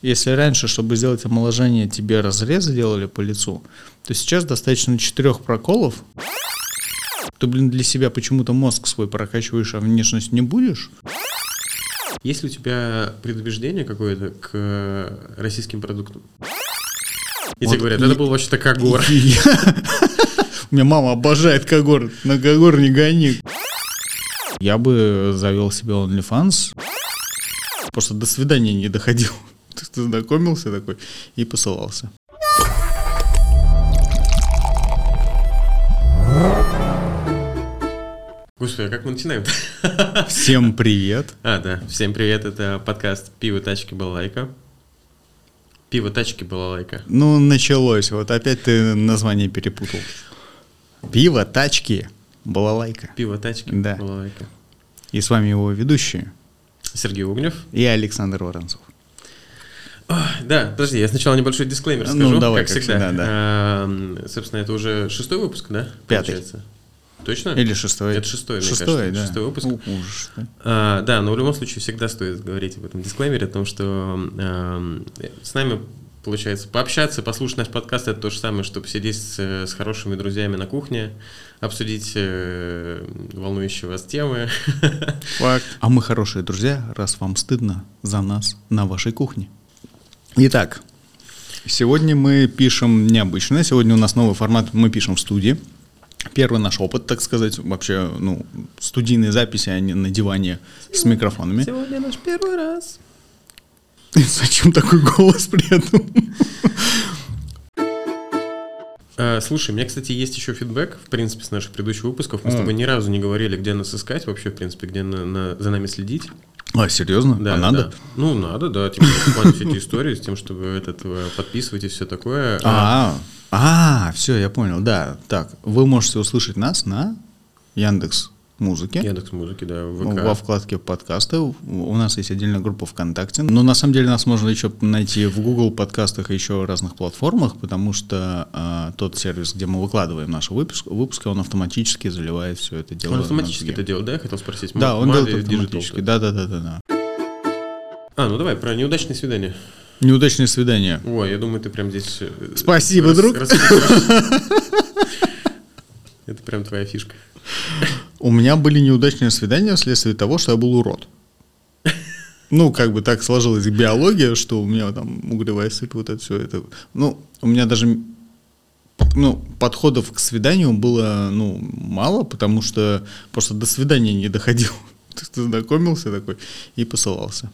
Если раньше, чтобы сделать омоложение, тебе разрезы делали по лицу, то сейчас достаточно 4 проколов. Ты, для себя почему-то мозг свой прокачиваешь, а внешность не будешь. Есть ли у тебя предубеждение какое-то к российским продуктам? И тебе говорят, это был вообще-то Кагор. У меня мама обожает Кагор. На Кагор не гони. Я бы завел себе OnlyFans. Просто до свидания не доходил. Ты знакомился такой и посылался. Господи, а как мы начинаем? Всем привет. Да. Всем привет. Это подкаст «Пиво, тачки, балалайка». «Пиво, тачки, балалайка». Ну, началось. Вот опять ты название перепутал. «Пиво, тачки, балалайка». «Пиво, тачки, да. Балалайка». И с вами его ведущие Сергей Угнев и Александр Воронцов. Да, подожди, я сначала небольшой дисклеймер скажу, ну, давай, как всегда. Да. Собственно, это уже 6-й выпуск, да? 5-й. Получается? Точно? Или 6-й. Это 6-й, мне кажется. Да. 6-й выпуск. Ужас, да, но в любом случае всегда стоит говорить об этом дисклеймере, о том, что с нами, получается, пообщаться, послушать наш подкаст — это то же самое, чтобы сидеть с хорошими друзьями на кухне, обсудить волнующие вас темы. Факт. А мы хорошие друзья, раз вам стыдно за нас на вашей кухне. Итак, сегодня мы пишем необычно. Сегодня у нас новый формат, мы пишем в студии. Первый наш опыт, так сказать, вообще, студийные записи, а не на диване с микрофонами. Сегодня наш первый раз. Зачем такой голос при этом? Слушай, у меня, кстати, есть еще фидбэк, в принципе, с наших предыдущих выпусков. Мы с тобой ни разу не говорили, где нас искать, вообще, в принципе, где за нами следить. А, серьезно? Да, надо? Да. Ну, надо, да. Типа, все эти истории с тем, чтобы подписывать и все такое. Все, я понял, да. Так, вы можете услышать нас на Яндекс.Музыке. Яндекс.Музыке, да, в ВК. Во вкладке подкасты. У нас есть отдельная группа ВКонтакте. Но на самом деле нас можно еще найти в Google подкастах и еще разных платформах, потому что тот сервис, где мы выкладываем наши выпуски, он автоматически заливает все это дело. Он автоматически это делает, да? Я хотел спросить. Да, он делает автоматически. Да. Ну давай, про неудачные свидания. Неудачные свидания. Ой, я думаю, ты прям здесь... Спасибо, друг. Это прям твоя фишка. У меня были неудачные свидания вследствие того, что я был урод. Так сложилась биология, что у меня там углевая сыпь, вот это все это. У меня даже подходов к свиданию было мало, потому что просто до свидания не доходил. Ты знакомился такой и посылался.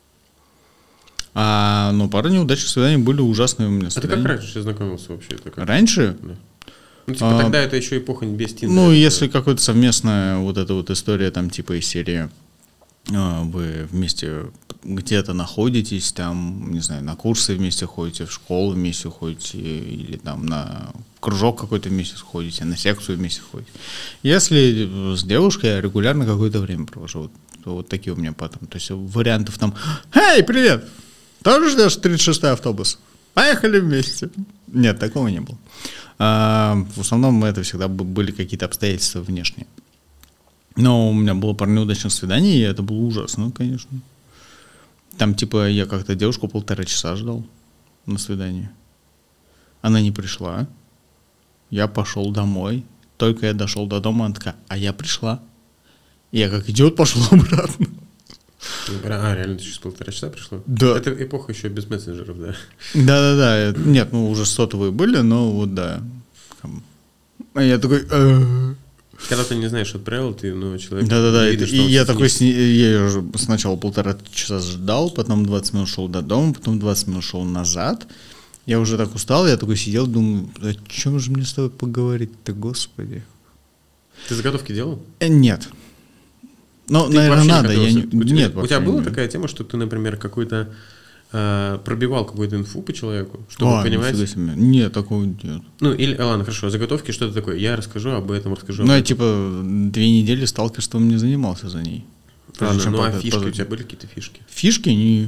Пара неудачных свиданий были ужасные у меня свидания. А ты как раньше знакомился вообще? Раньше? Да. Тогда это еще эпоха без Тиндера. Если какая-то совместная вот эта вот история, там, типа из серии, вы вместе где-то находитесь, там, не знаю, на курсы вместе ходите, в школу вместе ходите, или там на кружок какой-то вместе ходите, на секцию вместе ходите. Если с девушкой я регулярно какое-то время провожу, вот такие у меня потом. То есть вариантов там: «Эй, привет! Тоже ждешь 36-й автобус? Поехали вместе!» Нет, такого не было. В основном это всегда были какие-то обстоятельства внешние. Но у меня было пару неудачных свиданий, и это было ужасно, конечно. Там типа я как-то девушку 1,5 часа ждал на свидание. Она не пришла. Я пошел домой. Только я дошел до дома, она такая: «А я пришла». И я как идиот пошел обратно. Реально ты через 1,5 часа пришло? Да. Это эпоха еще без мессенджеров, да? Да. Нет, уже сотовые были, но вот да. А я такой... Когда ты не знаешь, отправил ты, человек... Да. Видно, и я такой, я ее уже сначала 1,5 часа ждал, потом 20 минут шел до дома, потом 20 минут шел назад. Я уже так устал, я такой сидел, думаю: о чем же мне с тобой поговорить-то, господи. Ты заготовки делал? Нет. Наверное, надо. Нет, у тебя была такая тема, что ты, например, какой-то пробивал какую-то инфу по человеку, чтобы понимать? Нет, такого нет. Ладно, хорошо, заготовки, что-то такое. Я расскажу об этом, расскажу. Я 2 недели сталкерством не занимался за ней. Ладно, фишки, у тебя были какие-то фишки? Фишки? Не.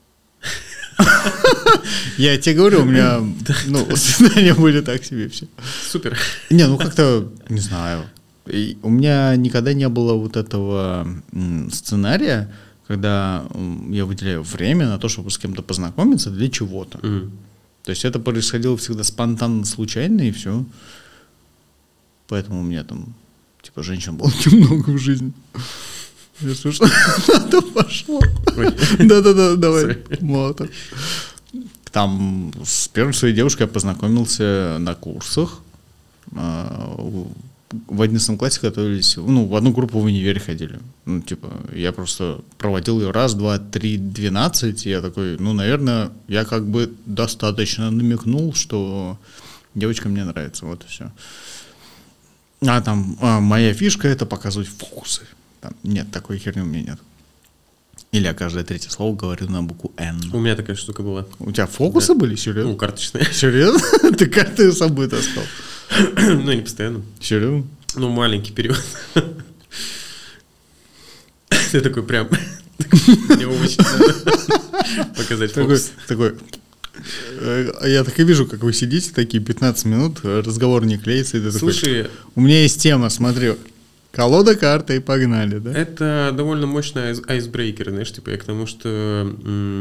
Я тебе говорю, у меня свидания были так себе все. Супер. Как-то, не знаю. У меня никогда не было вот этого сценария, когда я выделяю время на то, чтобы с кем-то познакомиться для чего-то. То есть это происходило всегда спонтанно, случайно, и все. Поэтому у меня там, типа, женщин было немного в жизни. Если что, то пошло. Да-да-да, давай. Молоток. Там с первой своей девушкой я познакомился на курсах. В 11 классе готовились, в одну группу в универе ходили. Я просто проводил ее раз, два, три, 12, и я такой, наверное, я как бы достаточно намекнул, что девочка мне нравится, вот и все. А там моя фишка — это показывать фокусы. Там, нет, такой херни у меня нет. Или я каждое третье слово говорю на букву «Н». У меня такая штука была. У тебя фокусы были? Серьезно? Карточные. Серьезно? Ты карты с собой таскал? Не постоянно. Серьезно? Маленький период. Ты такой прям... Мне очень надо показать фокус. Такой... Я так и вижу, как вы сидите, такие 15 минут, разговор не клеится, и ты такой... Слушай... У меня есть тема, смотри... Колода карты и погнали, да? Это довольно мощный айсбрейкер, знаешь, я к тому, что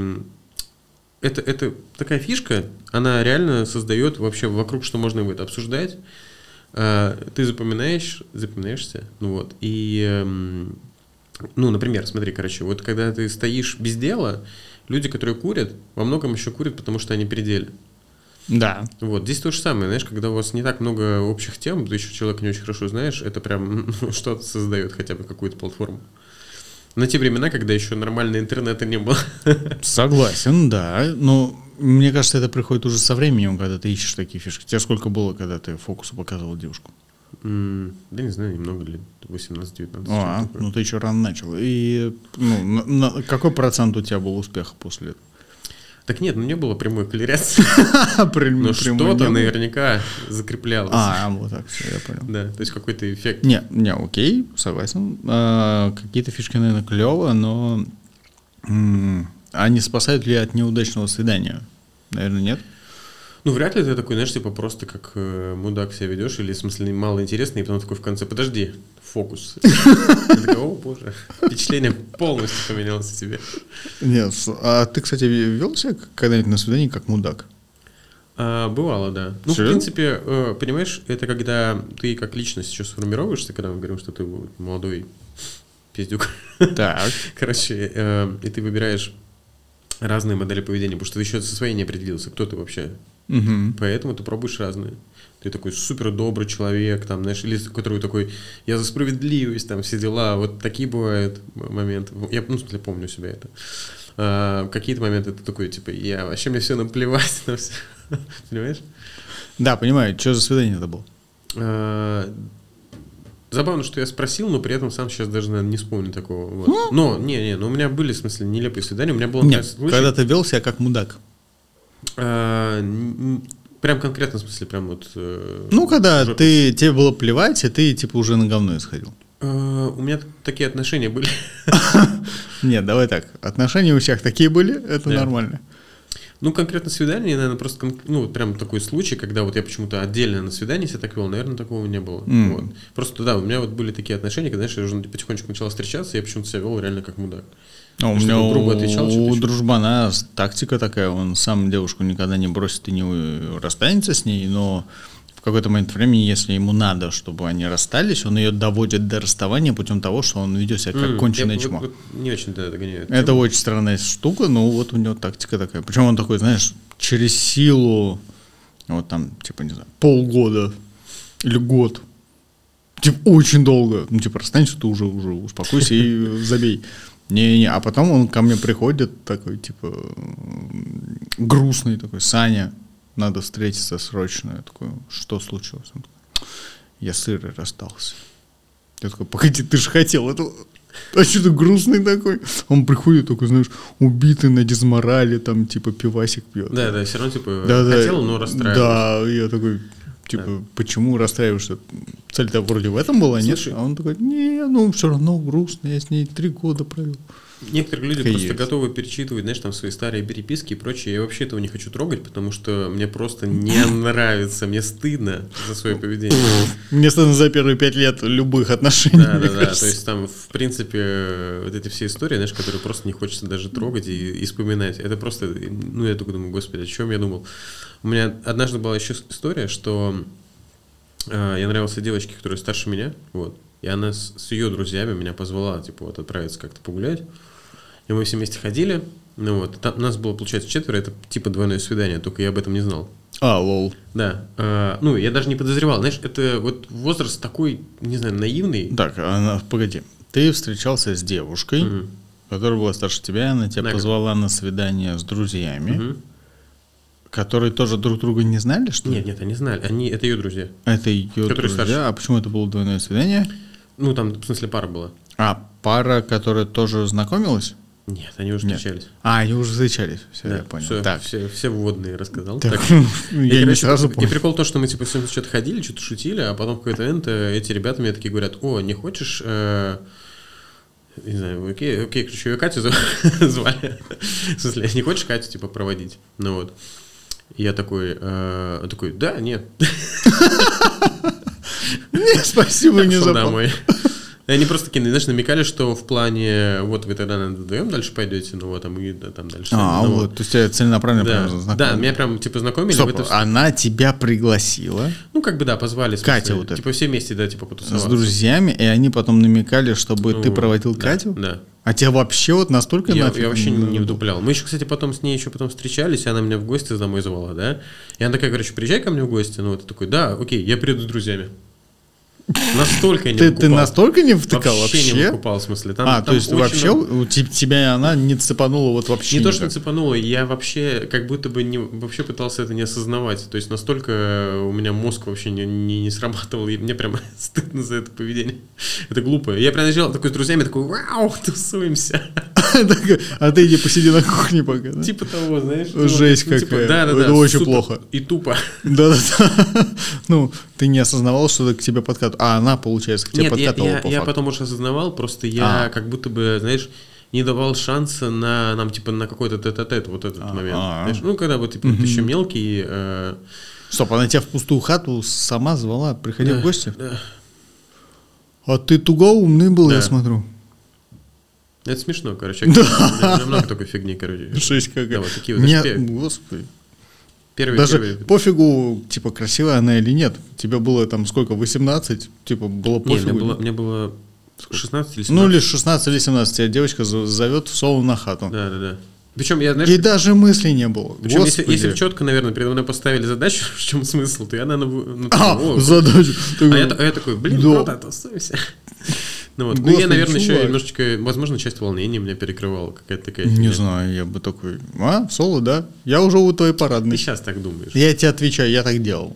это такая фишка, она реально создает вообще вокруг, что можно будет обсуждать. Ты запоминаешься, и, например, смотри, вот когда ты стоишь без дела, люди, которые курят, во многом еще курят, потому что они при деле. Да. Здесь то же самое, знаешь, когда у вас не так много общих тем, ты еще человека не очень хорошо знаешь, это прям что-то создает, хотя бы какую-то платформу. На те времена, когда еще нормального интернета не было. Согласен, да. Но мне кажется, это приходит уже со временем, когда ты ищешь такие фишки. Тебе сколько было, когда ты фокусу показывал девушку? Да не знаю, немного лет, 18-19. Ты еще рано начал. И какой процент у тебя был успеха после этого? Так нет, не было прямой корреляции. Но что-то наверняка закреплялось. Вот так, все, я понял. Да, то есть какой-то эффект. Не, окей, согласен. Какие-то фишки, наверное, клево, но они спасают ли от неудачного свидания? Наверное, нет. Вряд ли ты такой, знаешь, просто как мудак себя ведешь, или, в смысле, мало интересный, и потом такой в конце, подожди, фокус. Ты такой, о, боже, впечатление полностью поменялось в тебе. Нет, а ты, кстати, вел себя когда-нибудь на свидании как мудак? Бывало, да. В принципе, понимаешь, это когда ты как личность еще сформируешься, когда мы говорим, что ты молодой пиздюк. Так. Короче, и ты выбираешь разные модели поведения, потому что ты еще со своей не определился, кто ты вообще. Поэтому ты пробуешь разные. Ты такой супер добрый человек, там, знаешь, или который такой, я за справедливость, там, все дела. Вот такие бывают моменты. Я, в смысле, помню себя это. Какие-то моменты ты такой, вообще мне все наплевать на все. Понимаешь? Да, понимаю. Что за свидание это было? Забавно, что я спросил, но при этом сам сейчас даже, наверное, не вспомню такого. Но, у меня были, в смысле, нелепые свидания. У меня было... случай, когда ты вел себя как мудак. Прям конкретно, в смысле, прям вот... когда тебе было плевать, и ты, уже на говно исходил. У меня такие отношения были. Нет, давай так. Отношения у всех такие были, это нормально. Конкретно свидание, наверное, просто, прям такой случай, когда вот я почему-то отдельно на свидание себя так вел, наверное, такого не было. Просто, да, у меня вот были такие отношения, когда, знаешь, я уже потихонечку начал встречаться, я почему-то себя вел реально как мудак. У меня у дружбана тактика такая, он сам девушку никогда не бросит и не расстанется с ней, но в какой-то момент времени, если ему надо, чтобы они расстались, он ее доводит до расставания путем того, что он ведет себя как конченое чмо. Не очень-то догоняет. Это очень странная штука, но вот у него тактика такая. Причем он такой, знаешь, через силу, вот там, не знаю, полгода или год, очень долго, расстанься, ты уже успокойся и забей. Не-не, а потом он ко мне приходит такой, грустный такой, Саня, надо встретиться срочно. Я такой, что случилось? Он такой, я с Ирой расстался. Я такой, погоди, ты же хотел этого. А что ты грустный такой? Он приходит такой, знаешь, убитый на дизморале, там, пивасик пьет. Да, все равно, хотел, но расстраивался. Да, я такой, почему расстраиваешься? Цель-то вроде в этом была, слушай, нет? А он такой, все равно грустно, я с ней 3 года провел. Некоторые люди Кайф. просто готовы перечитывать, знаешь, там свои старые переписки и прочее. Я вообще этого не хочу трогать, потому что мне просто не нравится, мне стыдно за свое поведение. Мне стыдно за первые 5 лет любых отношений. Да, мне да, да. кажется. То есть там, в принципе, вот эти все истории, знаешь, которые просто не хочется даже трогать и вспоминать. Это просто, ну, я только думаю, господи, о чем я думал. У меня однажды была еще история, что я нравился девочке, которая старше меня, вот. И она с ее друзьями меня позвала, типа, вот отправиться как-то погулять. И мы все вместе ходили. Ну вот, там, нас было, получается, 4, это типа двойное свидание, только я об этом не знал. Лол. Да. Ну, я даже не подозревал. Знаешь, это вот возраст такой, не знаю, наивный. Так, погоди. Ты встречался с девушкой, которая была старше тебя, она тебя позвала на свидание с друзьями, которые тоже друг друга не знали, что ли? Нет, они знали. Это ее друзья. Это ее друзья. Старше. А почему это было двойное свидание? Ну, там, в смысле, пара была. Пара, которая тоже знакомилась? Нет, они уже встречались. Они уже встречались. Все, Да, я понял. Все, Так. все вводные рассказал. Так. Так. Я не сразу И понял. прикол в том, что мы типа все что-то ходили, что-то шутили, а потом в какой-то момент эти ребята мне такие говорят: о, не хочешь, не знаю, окей, короче, ее Катю звали. В смысле, не хочешь Катю типа проводить? Ну вот. И я такой, да, нет. Нет, спасибо, не Пошел запал. домой. И они просто такие, знаешь, намекали, что в плане, вот вы тогда, наверное, вдвоем дальше пойдете, ну вот, а мы там дальше. Вот, то есть тебя целенаправленно прям Да, знакомили. меня прям, типа, знакомили. Стоп, она тебя пригласила Ну, как бы, да, позвали. в смысле, Катя вот эта. Типа, все вместе, да, типа, потусоваться. с друзьями, и они потом намекали, чтобы ты Ну, проводил да, Катю? Да. А тебя вообще вот настолько Я нафиг? вообще не вдуплял. Мы еще, кстати, потом с ней еще потом встречались, и она меня в гости домой звала, да. И она такая, короче, приезжай ко мне в гости. Ну, вот я такой, да, окей, я приеду с друзьями. Настолько я не выкупал. Ты настолько не втыкал Вообще не вообще? выкупал, в смысле. Там То есть очень вообще много- тебя она не цепанула вот вообще Не то, что никак? цепануло, я вообще как будто бы вообще пытался это не осознавать. То есть настолько у меня мозг вообще не срабатывал, и мне прям стыдно за это поведение. Это глупо. Я приезжал такой с друзьями, такой, вау, тусуемся. А ты иди посиди на кухне пока, да? Типа того, знаешь. Жесть ну, типа, какая. да, Это очень супер плохо. И тупо. Да-да-да. Ну, ты не осознавал, что это к тебе подкатывает. А она, получается, к тебе Нет, подкатывала по я факту. потом уже осознавал, просто я как будто бы, знаешь, не давал шанса на нам, типа, на какой-то тет-а-тет вот этот момент. Знаешь, ну, когда вот типа, ты еще мелкий. Стоп, она тебя в пустую хату сама звала, приходи в гости? Да. А ты тугоумный был, Да. я смотрю. Это смешно, короче. У меня много такой фигни, короче. Жесть какая. Да, вот такие вот. Мне, даже господи. Первые. Пофигу, типа, красивая она или нет. Тебе было там сколько, 18? Типа, было Не, пофигу. мне было 16 или 17. Ну, или 16 или 17. Тебя девочка зовет в соло на хату. Да. Причем я, знаешь, И даже мыслей не было. причем Господи. если четко, наверное, передо мной поставили задачу, в чем смысл, то я, наверное, задачу. А я такой, блин, Да. круто, тусуемся. Ну, вот. Ну, Господи, я, наверное, еще чувак. немножечко, возможно, часть волнения меня перекрывала, какая-то такая Не фигня. знаю, я бы такой, в соло, да? Я уже у твоей Ты парадной. сейчас так думаешь. Я тебе отвечаю, я так делал.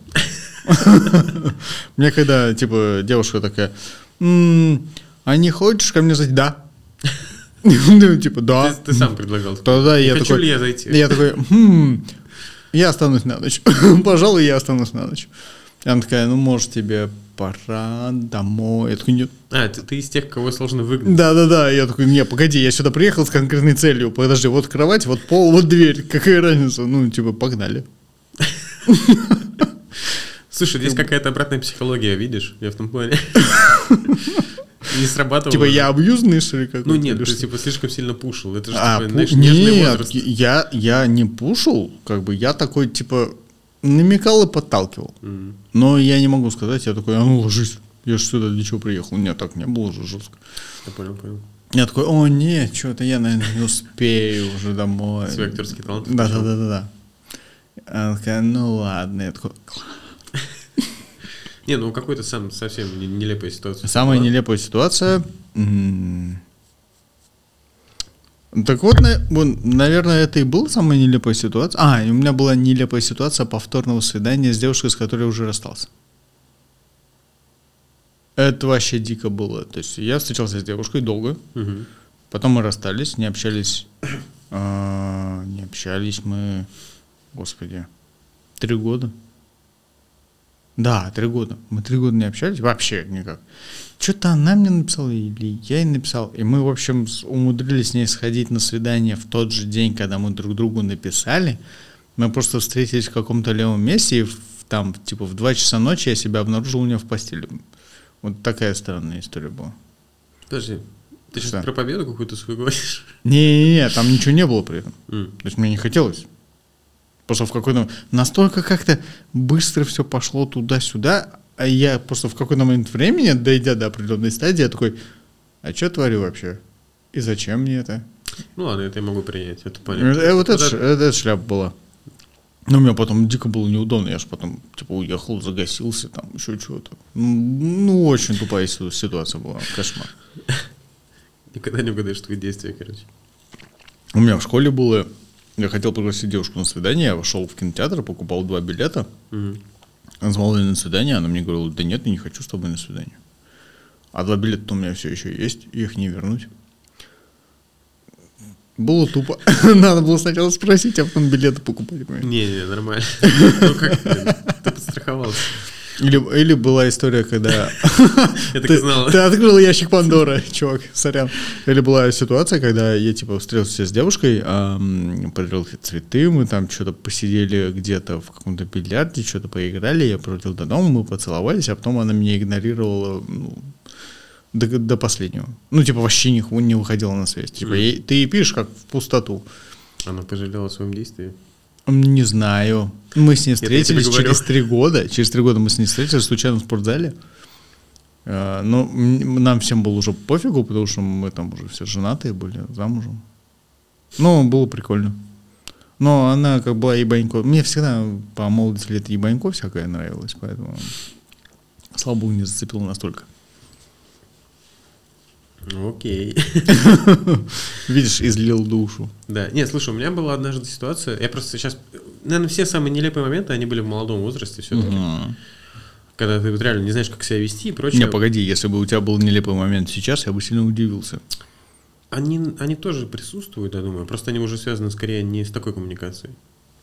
Мне когда, типа, девушка такая, а не хочешь ко мне зайти? Да. Ну, типа, да. Ты сам предлагал. Тогда Не я хочу такой, ли я зайти? я такой, я останусь на ночь. Пожалуй, я останусь на ночь. И она такая, ну, может, тебе пора домой. Я такой, нет. А, ты из тех, кого сложно выгнать. Да. Я такой, не, погоди, я сюда приехал с конкретной целью. Подожди, вот кровать, вот пол, вот дверь. Какая разница? Ну, типа, погнали. Слушай, здесь какая-то обратная психология, видишь? Я в том плане. Не срабатывало. Типа, я абьюзный, что ли, какой-то? Ну нет, или ты что? типа слишком сильно пушил. Это же, типа, знаешь, Нет, нежный возраст. я не пушил, как бы, я такой, типа, намекал и подталкивал. Но я не могу сказать, я такой, а ну ложись, я же сюда для чего приехал. Нет, так не было же жестко. Я понял. Я такой, о нет, что-то я, наверное, не успею уже домой. Свой актерский талант. Да. Она такая, ну ладно, я такой, Не, ну какой-то совсем нелепая ситуация. самая была. нелепая ситуация. Так вот, наверное, это и была самая нелепая ситуация. И у меня была нелепая ситуация повторного свидания с девушкой, с которой я уже расстался. Это вообще дико было. То есть я встречался с девушкой долго, Мгм. потом мы расстались, не общались мы, господи, 3 года. Да, 3 года. Мы 3 года не общались вообще никак. Что-то она мне написала, или я ей написал. И мы, в общем, умудрились с ней сходить на свидание в тот же день, когда мы друг другу написали. Мы просто встретились в каком-то левом месте, и там, типа, в 2 часа ночи я себя обнаружил у нее в постели. Вот такая странная история была. Подожди, ты Что? сейчас про победу какую-то свою говоришь? Не-не-не, там ничего не было при этом. То есть мне не хотелось. Просто в какой-то... Настолько как-то быстро все пошло туда-сюда, а я просто в какой-то момент времени, дойдя до определенной стадии, я такой, а что творю вообще? И зачем мне это? Ну ладно, это я могу принять, это понятно. Это шляпа была. Но мне потом дико было неудобно, я же потом типа уехал, загасился, там еще чего-то. Ну, очень тупая ситуация была, кошмар. Никогда не угадаешь твои действия, короче. У меня в школе было, я хотел пригласить девушку на свидание, я вошел в кинотеатр, покупал 2 билета, назвал ее на свидание, она мне говорила, да нет, я не хочу с тобой на свидание. А 2 билета у меня все еще есть, их не вернуть. Было тупо. Надо было сначала спросить, а потом билеты покупать. Не, нормально. Ну как ты подстраховался? Или была история, когда Я так и знал. ты открыл ящик Пандоры, чувак, сорян. Или была ситуация, когда я типа встретился с девушкой, подарил ей цветы, мы там что-то посидели где-то в каком-то бильярде, что-то поиграли, я проводил до дома, мы поцеловались, а потом она меня игнорировала до последнего. Ну, типа, вообще не выходила на связь. Типа, ты ей пишешь как в пустоту. Она пожалела о своем действии? Не знаю. Мы с ней встретились через 3 года. Через 3 года мы с ней встретились случайно в спортзале. Но нам всем было уже пофигу, потому что мы там уже все женатые были, замужем. Ну, было прикольно. Но она как была ебанько. Мне всегда по молодости лет ебанько всякое нравилось, поэтому, слава богу, не зацепило настолько. Окей. Видишь, излил душу. Да. Нет, слушай, у меня была однажды ситуация. Я просто сейчас... Наверное, все самые нелепые моменты, они были в молодом возрасте все-таки. Когда ты вот реально не знаешь, как себя вести и прочее. Не, погоди, если бы у тебя был нелепый момент сейчас, я бы сильно удивился. Они тоже присутствуют, я думаю. Просто они уже связаны скорее не с такой коммуникацией.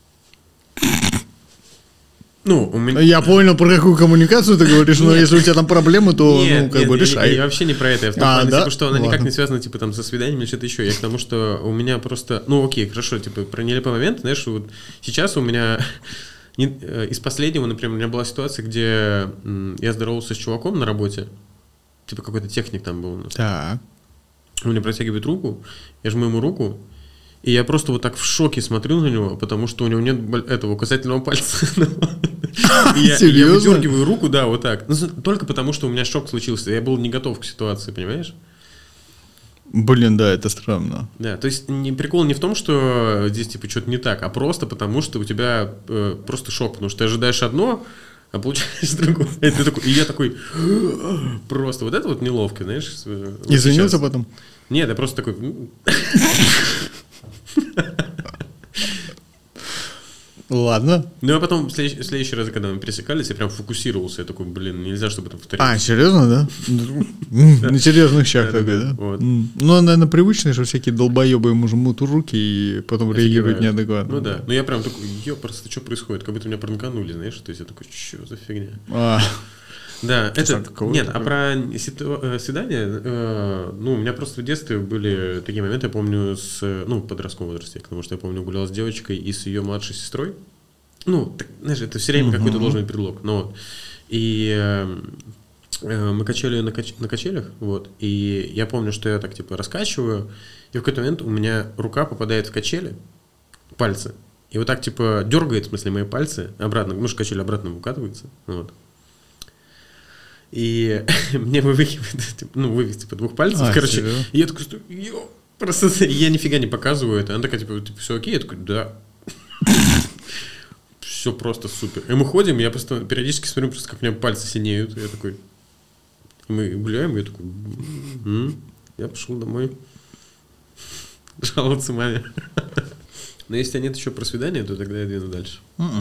Ну, у меня... Я понял, про какую коммуникацию ты говоришь, но если у тебя там проблемы, то решай. Я вообще не про это. Я в том плане, типа, что она никак не связана, типа, там, со свиданием или что-то еще. Я к тому, что у меня просто... Ну, окей, хорошо, типа, про нелепый момент, знаешь, вот сейчас у меня... Из последнего, например, у меня была ситуация, где я здоровался с чуваком на работе. Типа, какой-то техник там был у нас. Так. Он мне протягивает руку, я жму ему руку, и я просто вот так в шоке смотрю на него, потому что у него нет этого указательного пальца. Я выдергиваю руку, да, вот так. Только потому, что у меня шок случился. Я был не готов к ситуации, понимаешь? Блин, да, это странно. Да, то есть прикол не в том, что здесь типа что-то не так, а просто потому, что у тебя просто шок, потому что ты ожидаешь одно, а получаешь другое. И я такой, просто вот это вот неловко, знаешь. Извинился потом? Нет, я просто такой... Ладно. Ну, а потом в следующий раз, когда мы пересекались, я прям фокусировался. Я такой, блин, нельзя, чтобы это повторилось. А, серьезно, да? На серьезных щах такой, да? Ну, наверное, привычно, что всякие долбоебы ему жмут руки и потом реагируют неадекватно. Ну да. Ну, я прям такой, просто что происходит? Как будто меня пранканули, знаешь? То есть я такой, что за фигня? Да, нет, а про свидание, ну, у меня просто в детстве были такие моменты, я помню, в подростковом возрасте, потому что я помню, гулял с девочкой и с ее младшей сестрой. Ну, так, знаешь, это все время какой-то должен быть предлог. Но, и мы качали ее на качелях, вот, и я помню, что я так, типа, раскачиваю, и в какой-то момент у меня рука попадает в качели, пальцы, и вот так, типа, дергает, в смысле, мои пальцы обратно, ну, что качели обратно выкатываются, вот. И мне вывести по 2 пальцев, короче. Серьезно? И я такой, просто я нифига не показываю это. Она такая, типа, все окей? Я такой, да. Все просто супер. И мы ходим, и я просто периодически смотрю, просто как у меня пальцы синеют. И я такой, и мы гуляем, и я такой, я пошел домой жаловаться маме. Но если нет еще про свидание, то тогда я двину дальше.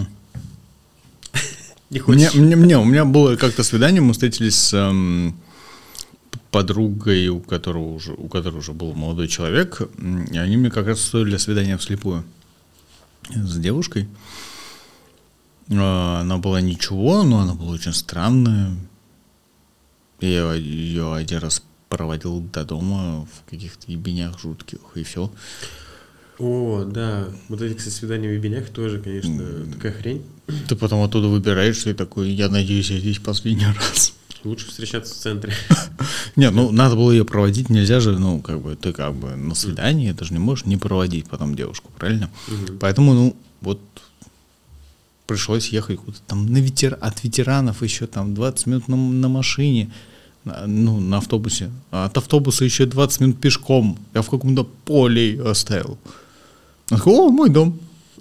Не хочешь? У меня было как-то свидание, мы встретились с подругой, у которой уже был молодой человек, и они мне как раз устроили свидание вслепую с девушкой. Она была ничего, но она была очень странная. Я ее один раз проводил до дома в каких-то ебенях жутких, и все. О, да. Вот эти, кстати, свидания в ебенях тоже, конечно, такая хрень. Ты потом оттуда выбираешься и такой, я надеюсь, я здесь последний раз. Лучше встречаться в центре. Не, ну надо было ее проводить, нельзя же, ну, как бы, ты как бы на свидании, ты же не можешь не проводить потом девушку, правильно? Поэтому, ну, вот пришлось ехать куда-то там от ветеранов еще там 20 минут на машине, ну, на автобусе. А от автобуса еще 20 минут пешком. Я в каком-то поле оставил. Я такой, о, мой дом.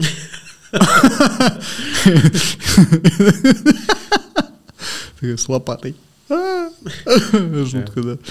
С лопатой. Жутко, да.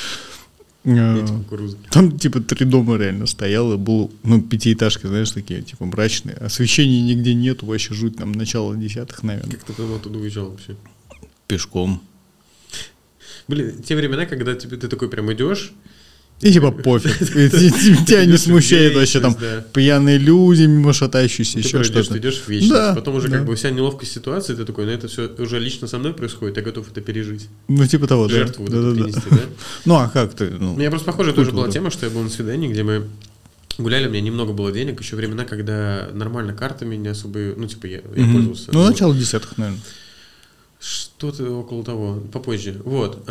Там типа 3 дома реально стояло, был, ну, 5-этажки, знаешь, такие, типа, мрачные. Освещения нигде нету, вообще жуть, там, начало 10-х, наверное. Как ты там оттуда уезжал вообще? Пешком. Блин, те времена, когда ты такой прям идешь, и типа пофиг. Тебя не смущает вообще там пьяные люди, мимо шатающиеся, еще что-то. Ты идешь в вечность, потом уже как бы вся неловкая ситуация, ты такой, ну это все уже лично со мной происходит, я готов это пережить. Ну типа того, да. Жертву вот эту принести, да? Ну а как ты? У меня просто похожая тоже была тема, что я был на свидании, где мы гуляли, у меня немного было денег, еще времена, когда нормально картами не особо, ну типа я пользовался. Ну начало 10-х, наверное. Что-то около того, попозже. Вот.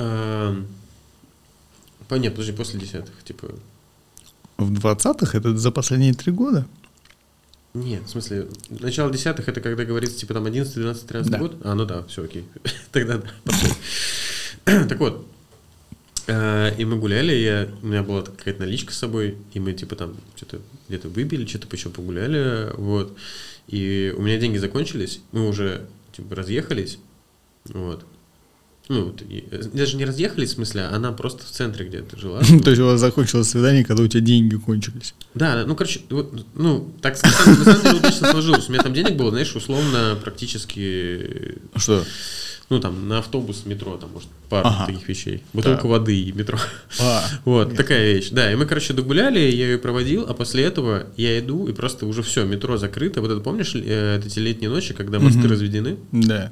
Нет, подожди, после 10-х, типа. В 20-х? Это за последние 3 года? Нет, в смысле, начало 10-х это когда говорится, типа там 11, 12, 13 год? А, ну да, все, окей. Тогда да. Так вот. И мы гуляли, у меня была какая-то наличка с собой, и мы типа там что-то где-то выпили, что-то еще погуляли, вот. И у меня деньги закончились, мы уже типа разъехались, вот. Ну, даже не разъехались, в смысле, она просто в центре где-то жила. То есть у вас закончилось свидание, когда у тебя деньги кончились? Да, ну, короче, ну, так на самом деле удачно сложилось. У меня там денег было, знаешь, условно, практически... Что? Ну, там, на автобус, метро, там, может, пару таких вещей. Бутылку воды и метро. Вот, такая вещь. Да, и мы, короче, догуляли, я ее проводил, а после этого я иду, и просто уже все, метро закрыто. Вот это, помнишь, эти летние ночи, когда мосты разведены? Да.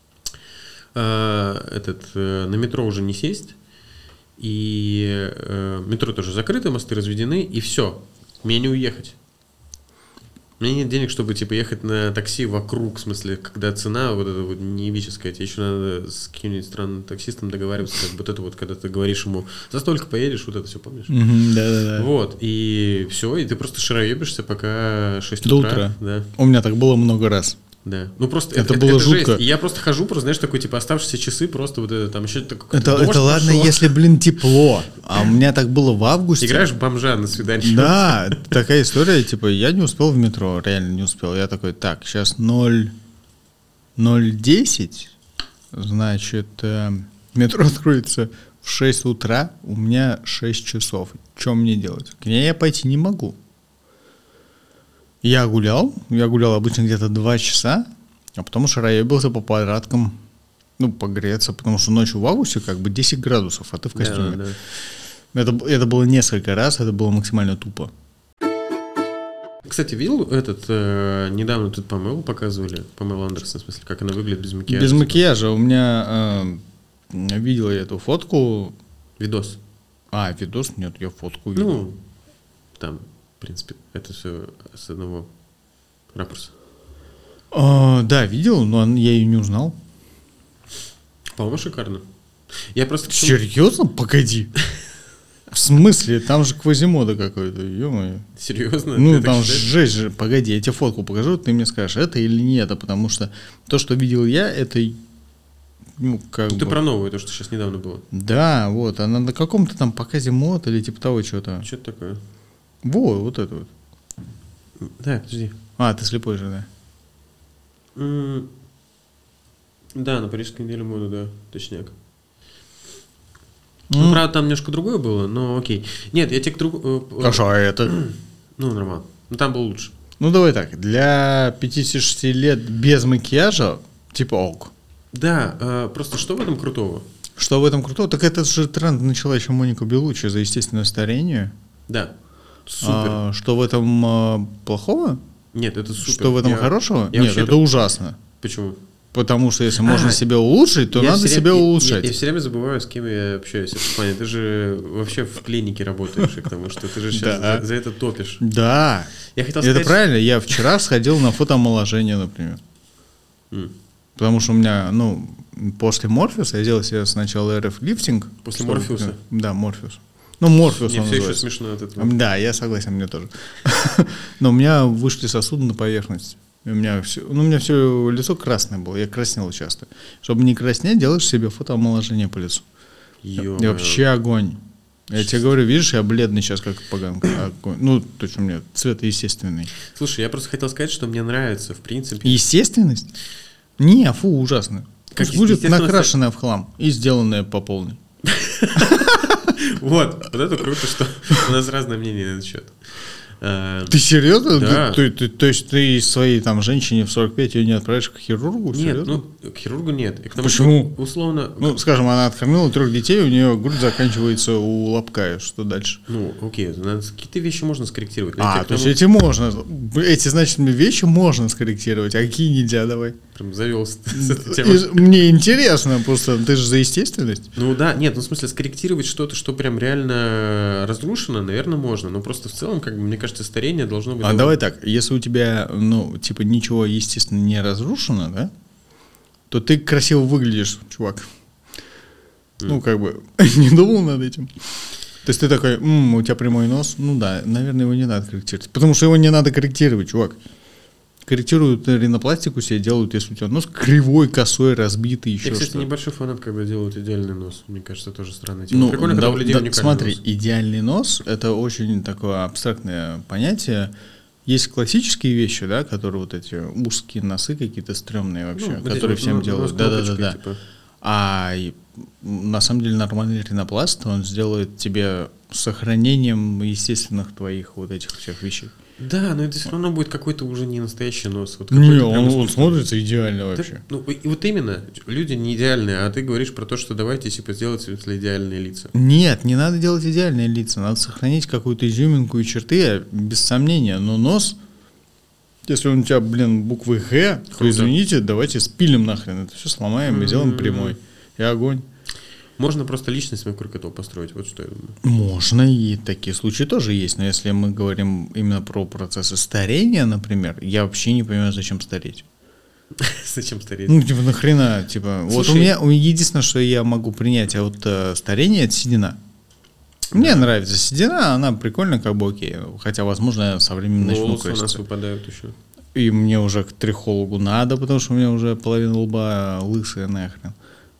На метро уже не сесть, и метро тоже закрыто, мосты разведены, и все, мне не уехать. У меня нет денег, чтобы типа ехать на такси вокруг, в смысле, когда цена вот эта вот неебическая, тебе еще надо с каким-нибудь странным таксистом договариваться, как вот это вот, когда ты говоришь ему, за столько поедешь, вот это все, помнишь? Да. Вот, и все, и ты просто шароебишься, пока 6 до утра. Да. У меня так было много раз. Да. Ну просто это было жутко. Жесть. И я просто хожу, просто, знаешь, такой, типа, оставшиеся часы, просто вот это там еще такой. Это ладно, пошел. Если, блин, тепло. А у меня так было в августе. Играешь в бомжа на свидании. Да, такая история, типа, я не успел в метро, реально не успел. Я такой, так, сейчас 0:10, значит, метро откроется в 6 утра, у меня 6 часов. Что мне делать? К ней я пойти не могу. Я гулял обычно где-то 2 часа, а потом шароебился по квадраткам, ну, погреться, потому что ночью в августе как бы 10 градусов, а ты в костюме. Да. Это было несколько раз, это было максимально тупо. Кстати, видел недавно тут Памелу показывали, Памелу Андерсон, в смысле, как она выглядит без макияжа? Без макияжа, у меня, видел я эту фотку. Видос. Видос? Нет, я фотку видел. Ну, там... В принципе, это все с одного ракурса. Да, видел, но я ее не узнал. По-моему, шикарно. Я просто... Серьезно? Погоди. В смысле? Там же Квазимода какой-то, ё-моё. Серьезно? Ну, там жесть же. Погоди, я тебе фотку покажу, ты мне скажешь, это или нет, потому что то, что видел я, это... Ну, как бы... Ты про новую, то, что сейчас недавно было. Да, вот, она на каком-то там показе мод или типа того что-то. Что-то такое. Вот это вот. Да, подожди. Ты слепой же, да? Да, на Парижской неделе моды, да, точняк. Ну, правда, там немножко другое было, но окей. Нет, я тебе к другу... Хорошо, а это? Ну, нормально. Ну, там было лучше. Ну, давай так, для 56 лет без макияжа, типа ок. Да, просто что в этом крутого? Что в этом крутого? Так этот же тренд начала еще Моника Беллуччи за естественное старение. Да. Супер. Что в этом плохого? Нет, это супер. Что в этом хорошего? Нет, это ужасно. Почему? Потому что если можно себя улучшить, то надо себя улучшать. Я все время забываю, с кем я общаюсь. Паня, ты же вообще в клинике работаешь, потому что ты же сейчас за это топишь. Да. Я хотел сказать, это правильно. Я вчера сходил на фотоомоложение, например. Потому что у меня, после Морфеуса я делал себе сначала РФ-лифтинг. После Морфеуса? Да, Морфеус. Морфеус мне он все называется. еще смешно от этого. Да, я согласен, мне тоже. Но у меня вышли сосуды на поверхность. У меня все лицо красное было, я краснел часто. Чтобы не краснеть, делаешь себе фотоомоложение по лицу. И вообще огонь. Я тебе говорю, видишь, я бледный сейчас, как поганка. Точно у меня цвет естественный. Слушай, я просто хотел сказать, что мне нравится, в принципе. Естественность? Не, ужасно. Пусть будет накрашенная в хлам и сделанная по полной. Вот это круто, что у нас разное мнение на этот счет. Ты серьезно? Да. То есть ты своей женщине в 45 ее не отправишь к хирургу? Нет, серьезно? к хирургу нет. Почему? Условно... скажем, она откормила 3 детей, у нее грудь заканчивается у лобка. Что дальше? Окей, какие-то вещи можно скорректировать. То есть эти можно. Эти, значит, вещи можно скорректировать, а какие нельзя, давай. Прям завел с этой темой. Мне интересно, просто ты же за естественность. В смысле, скорректировать что-то, что прям реально разрушено, наверное, можно. Но просто в целом, мне кажется, старение должно быть... Давай так, если у тебя, ничего, естественно, не разрушено, да, то ты красиво выглядишь, чувак. Не думал над этим. То есть ты такой, у тебя прямой нос, наверное, его не надо корректировать. Потому что его не надо корректировать, чувак. Корректируют ринопластику себе, делают, если у тебя нос кривой, косой, разбитый, еще что-то. Я, кстати, небольшой фанат, когда делают идеальный нос. Мне кажется, тоже странно. Прикольно, когда у людей уникальный смотри, нос. идеальный нос – это очень такое абстрактное понятие. Есть классические вещи, да, которые вот эти узкие носы какие-то стрёмные вообще, которые всем делают. Да. Типа. А на самом деле нормальный ринопласт, он сделает тебе с сохранением естественных твоих вот этих всех вещей. Да, но это все равно будет какой-то уже не настоящий нос. Он смотрится идеально вообще. И вот именно, люди не идеальные, а ты говоришь про то, что давайте сделать идеальные лица. Нет, не надо делать идеальные лица, надо сохранить какую-то изюминку и черты, без сомнения, но нос, если он у тебя, буквы Г, то извините, давайте спилим нахрен, это все сломаем и сделаем прямой. И огонь. Можно просто личность вокруг этого построить, вот что я думаю. Можно, и такие случаи тоже есть, но если мы говорим именно про процессы старения, например, я вообще не понимаю, зачем стареть. Зачем стареть? Нахрена, вот у меня единственное, что я могу принять от старения, это седина. Мне нравится седина, она прикольная, окей, хотя, возможно, я со временем начну краситься. Волосы у нас выпадают еще. И мне уже к трихологу надо, потому что у меня уже половина лба лысая нахрен.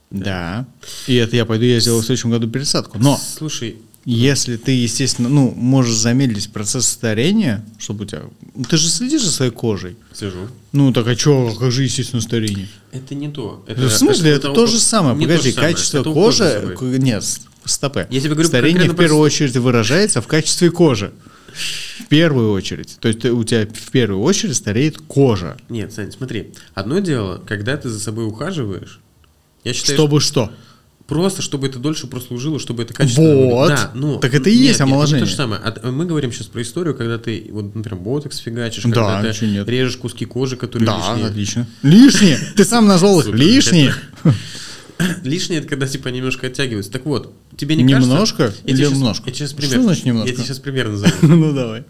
Да. И это я сделаю в следующем году пересадку. Но, слушай, если ты, естественно, можешь замедлить процесс старения, чтобы у тебя... Ты же следишь за своей кожей. Слежу. Так а что, как же естественно старение? Это не то. В смысле, это то же самое. Погоди, качество кожи... Нет, стопэ. Я тебе говорю, старение в первую очередь выражается в качестве кожи. В первую очередь. То есть у тебя в первую очередь стареет кожа. Нет, Сань, смотри. Одно дело, когда ты за собой ухаживаешь, я считаю, чтобы что? Просто, чтобы это дольше прослужило, чтобы это качественно... Вот. Да, так это и есть омоложение. То же самое. Мы говорим сейчас про историю, когда ты, например, ботокс фигачишь, когда ты режешь куски кожи, которые лишние. Да, отлично. Лишние? Ты сам назвал их лишние. Лишние — это когда немножко оттягиваются. Так вот, тебе не немножко кажется... или немножко? Я сейчас пример. Что значит немножко? Я тебе сейчас пример назову. Давай.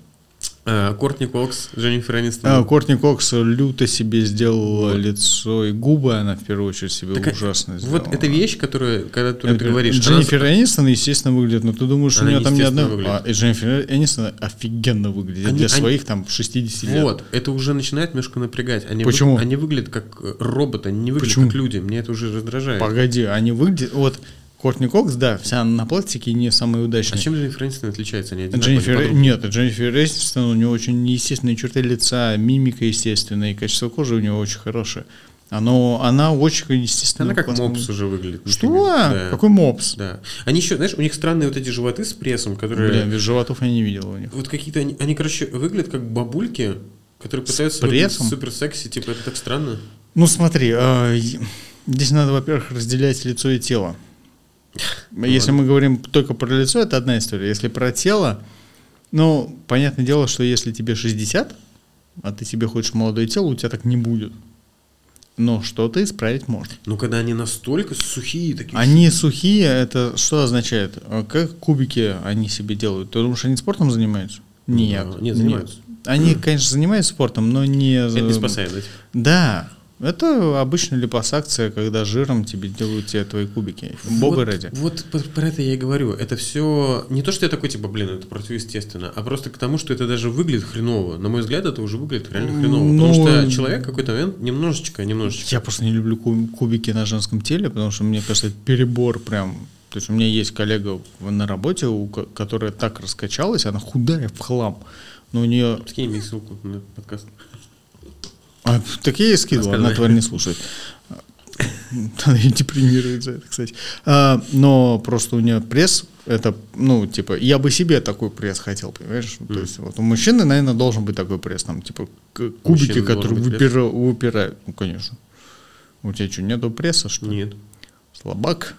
Кортни Кокс, Дженнифер Энистон. Кортни Кокс люто себе сделала лицо, и губы она в первую очередь себе ужасно сделала. Вот эта вещь, которую ты говоришь. Дженнифер Энистон, естественно, выглядит, но ты думаешь, у нее там ни одной... И Дженнифер Энистон офигенно выглядит для своих 60 лет. Вот, это уже начинает немножко напрягать. Почему? Они выглядят как роботы, они не выглядят как люди. Мне это уже раздражает. Погоди, они выглядят... Вот Кортни Кокс, да, вся на пластике не самая удачная. А чем Дженнифер Энистон отличается? Дженнифер Энистон, у нее очень естественные черты лица, мимика естественная, и качество кожи у нее очень хорошее. Она очень естественная. Она как мопс уже выглядит. Что? Да. Какой мопс? Да. Они еще, знаешь, у них странные вот эти животы с прессом, которые... Без животов я не видел у них. Вот какие-то, они, короче, выглядят как бабульки, которые пытаются выглядеть супер секси, это так странно. Смотри, здесь надо, во-первых, разделять лицо и тело. Если мы говорим только про лицо, это одна история. Если про тело, понятное дело, что если тебе 60, а ты себе хочешь молодое тело, у тебя так не будет. но что-то исправить можно. Ну, когда они настолько сухие такие. Они сухие, это что означает? Как кубики они себе делают? Ты думаешь, они спортом занимаются? Нет. Нет, занимаются. Они, конечно, занимаются спортом, но не... Это не спасает, да? Да. Это обычная липосакция, когда жиром тебе делают тебе твои кубики. Бога ради. Вот про это я и говорю. Это все не то, что я такой, типа, блин, это противоестественно, а просто к тому, что это даже выглядит хреново. На мой взгляд, это уже выглядит реально хреново. Потому что человек в какой-то момент немножечко. Я просто не люблю кубики на женском теле, потому что мне кажется, это перебор прям. То есть у меня есть коллега на работе, которая так раскачалась, она худая в хлам. Но у нее... Скинь мне ссылку на подкаст. Так я ей скидывал, она тварь не слушает. Она ее депримирует за это, кстати. Но просто у нее пресс, это, ну, типа, я бы себе такой пресс хотел, понимаешь? То есть вот у мужчины, наверное, должен быть такой пресс, там, типа, кубики, которые выпирают. Ну, конечно. У тебя что, нету пресса, что ли? Нет. Слабак.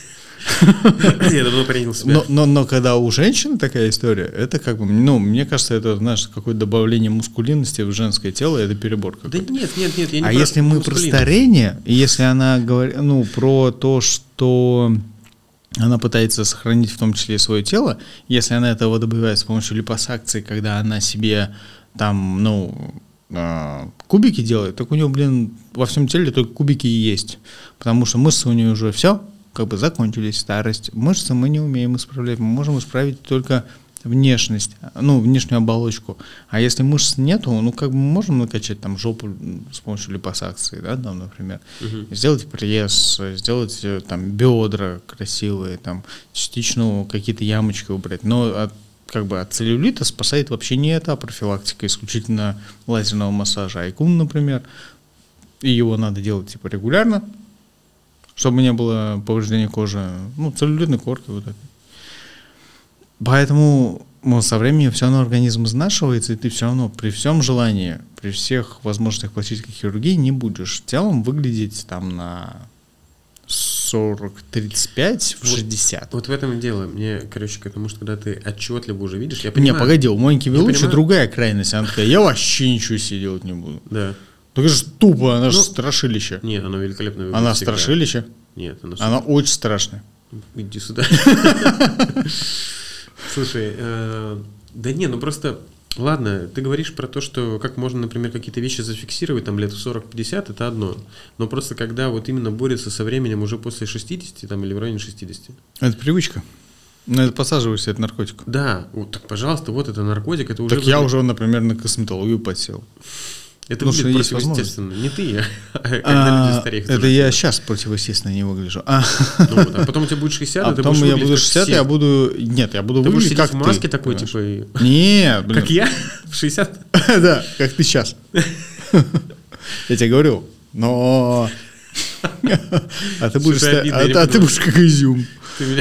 Я давно принял себя. Но когда у женщины такая история, это как бы, ну, мне кажется, это, знаешь, какое-то добавление мускулинности в женское тело, это перебор какой-то. Да нет, я не если мы про старение, и если она говорит, ну, про то, что она пытается сохранить в том числе свое тело, если она этого добивает с помощью липосакции, когда она себе там, ну, кубики делает, так у нее, блин, во всем теле только кубики и есть, потому что мышцы у нее уже все, как бы закончились, старость. Мышцы мы не умеем исправлять, мы можем исправить только внешность, ну, внешнюю оболочку. А если мышц нету, ну, как бы мы можем накачать там жопу с помощью липосакции, да, там, например, сделать пресс, сделать там бедра красивые, там, частично какие-то ямочки убрать. Но как бы от целлюлита спасает вообще не это, а профилактика исключительно лазерного массажа. Айкун, например, и его надо делать типа регулярно, чтобы не было повреждения кожи, ну, целлюлитной корки вот это. Поэтому со временем все равно организм изнашивается, и ты все равно при всем желании, при всех возможностях пластической хирургии не будешь телом выглядеть там на 40-35 в 60. Вот в этом и дело. Мне, короче, потому что когда ты отчетливо уже видишь, я понимаю... Не, погоди, у Моники Белуччи другая крайность. Она такая, я вообще ничего себе делать не буду. Да. Так же тупо, она же страшилище. Нет, она великолепно выглядит. Она страшилище? Нет, она очень страшная. Иди сюда. Слушай, да не, ну просто, ладно, ты говоришь про то, что как можно, например, какие-то вещи зафиксировать там лет в 40-50, это одно. Но просто когда вот именно борется со временем уже после 60 там, или в районе 60. Это привычка. Ну, это посаживаешься, это наркотик. Да, вот так, пожалуйста, вот это наркотик, это уже... Так я уже, например, на косметологию подсел. Это будет противоестественно. Не ты, а когда люди стареют. Это я сейчас противоестественно не выгляжу. Ну, вот, а потом у тебя будет 60, а потом я буду 60, я буду... Нет, я буду выглядеть как ты. Ты будешь сидеть в маске такой, типа... Нет, блин. Как я? В 60? Да, как ты сейчас. Я тебе говорю. Но... А ты будешь как изюм. Ты меня...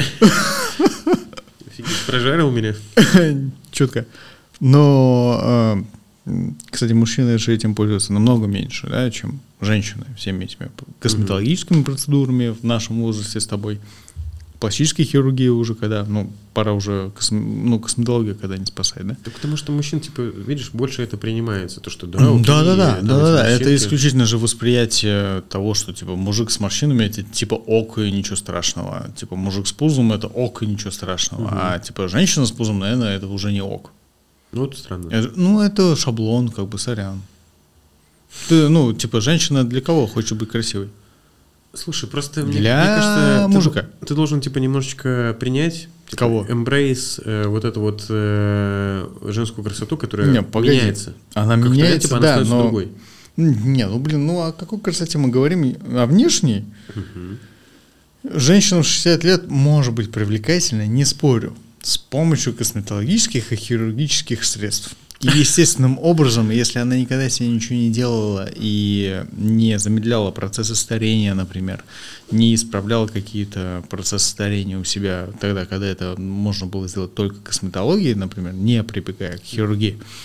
Прожарил меня? Чутко. Но... Кстати, мужчины же этим пользуются намного меньше, да, чем женщины всеми этими косметологическими процедурами в нашем возрасте с тобой. Пластической хирургии уже когда, ну, пора уже, косметология когда не спасает, да? Да потому что мужчин, типа, видишь, больше это принимается, то, что да, это исключительно же восприятие того, что, типа, мужик с морщинами, это, типа, ок и ничего страшного, типа, мужик с пузом, это ок и ничего страшного, а, типа, женщина с пузом, наверное, это уже не ок. Ну, это странно. Это шаблон, как бы, сорян. Ты, типа, женщина для кого хочет быть красивой? Слушай, просто мне кажется, мужика. Ты должен, типа, немножечко принять... Типа, кого? Эмбрейс вот эту вот женскую красоту, которая меняется. Она меняется, типа, да, она становится другой. О какой красоте мы говорим? О внешней? Женщина в 60 лет может быть привлекательной, не спорю. С помощью косметологических и хирургических средств. И естественным образом, если она никогда себе ничего не делала и не замедляла процессы старения, например, не исправляла какие-то процессы старения у себя тогда, когда это можно было сделать только косметологией, например, не прибегая к хирургии,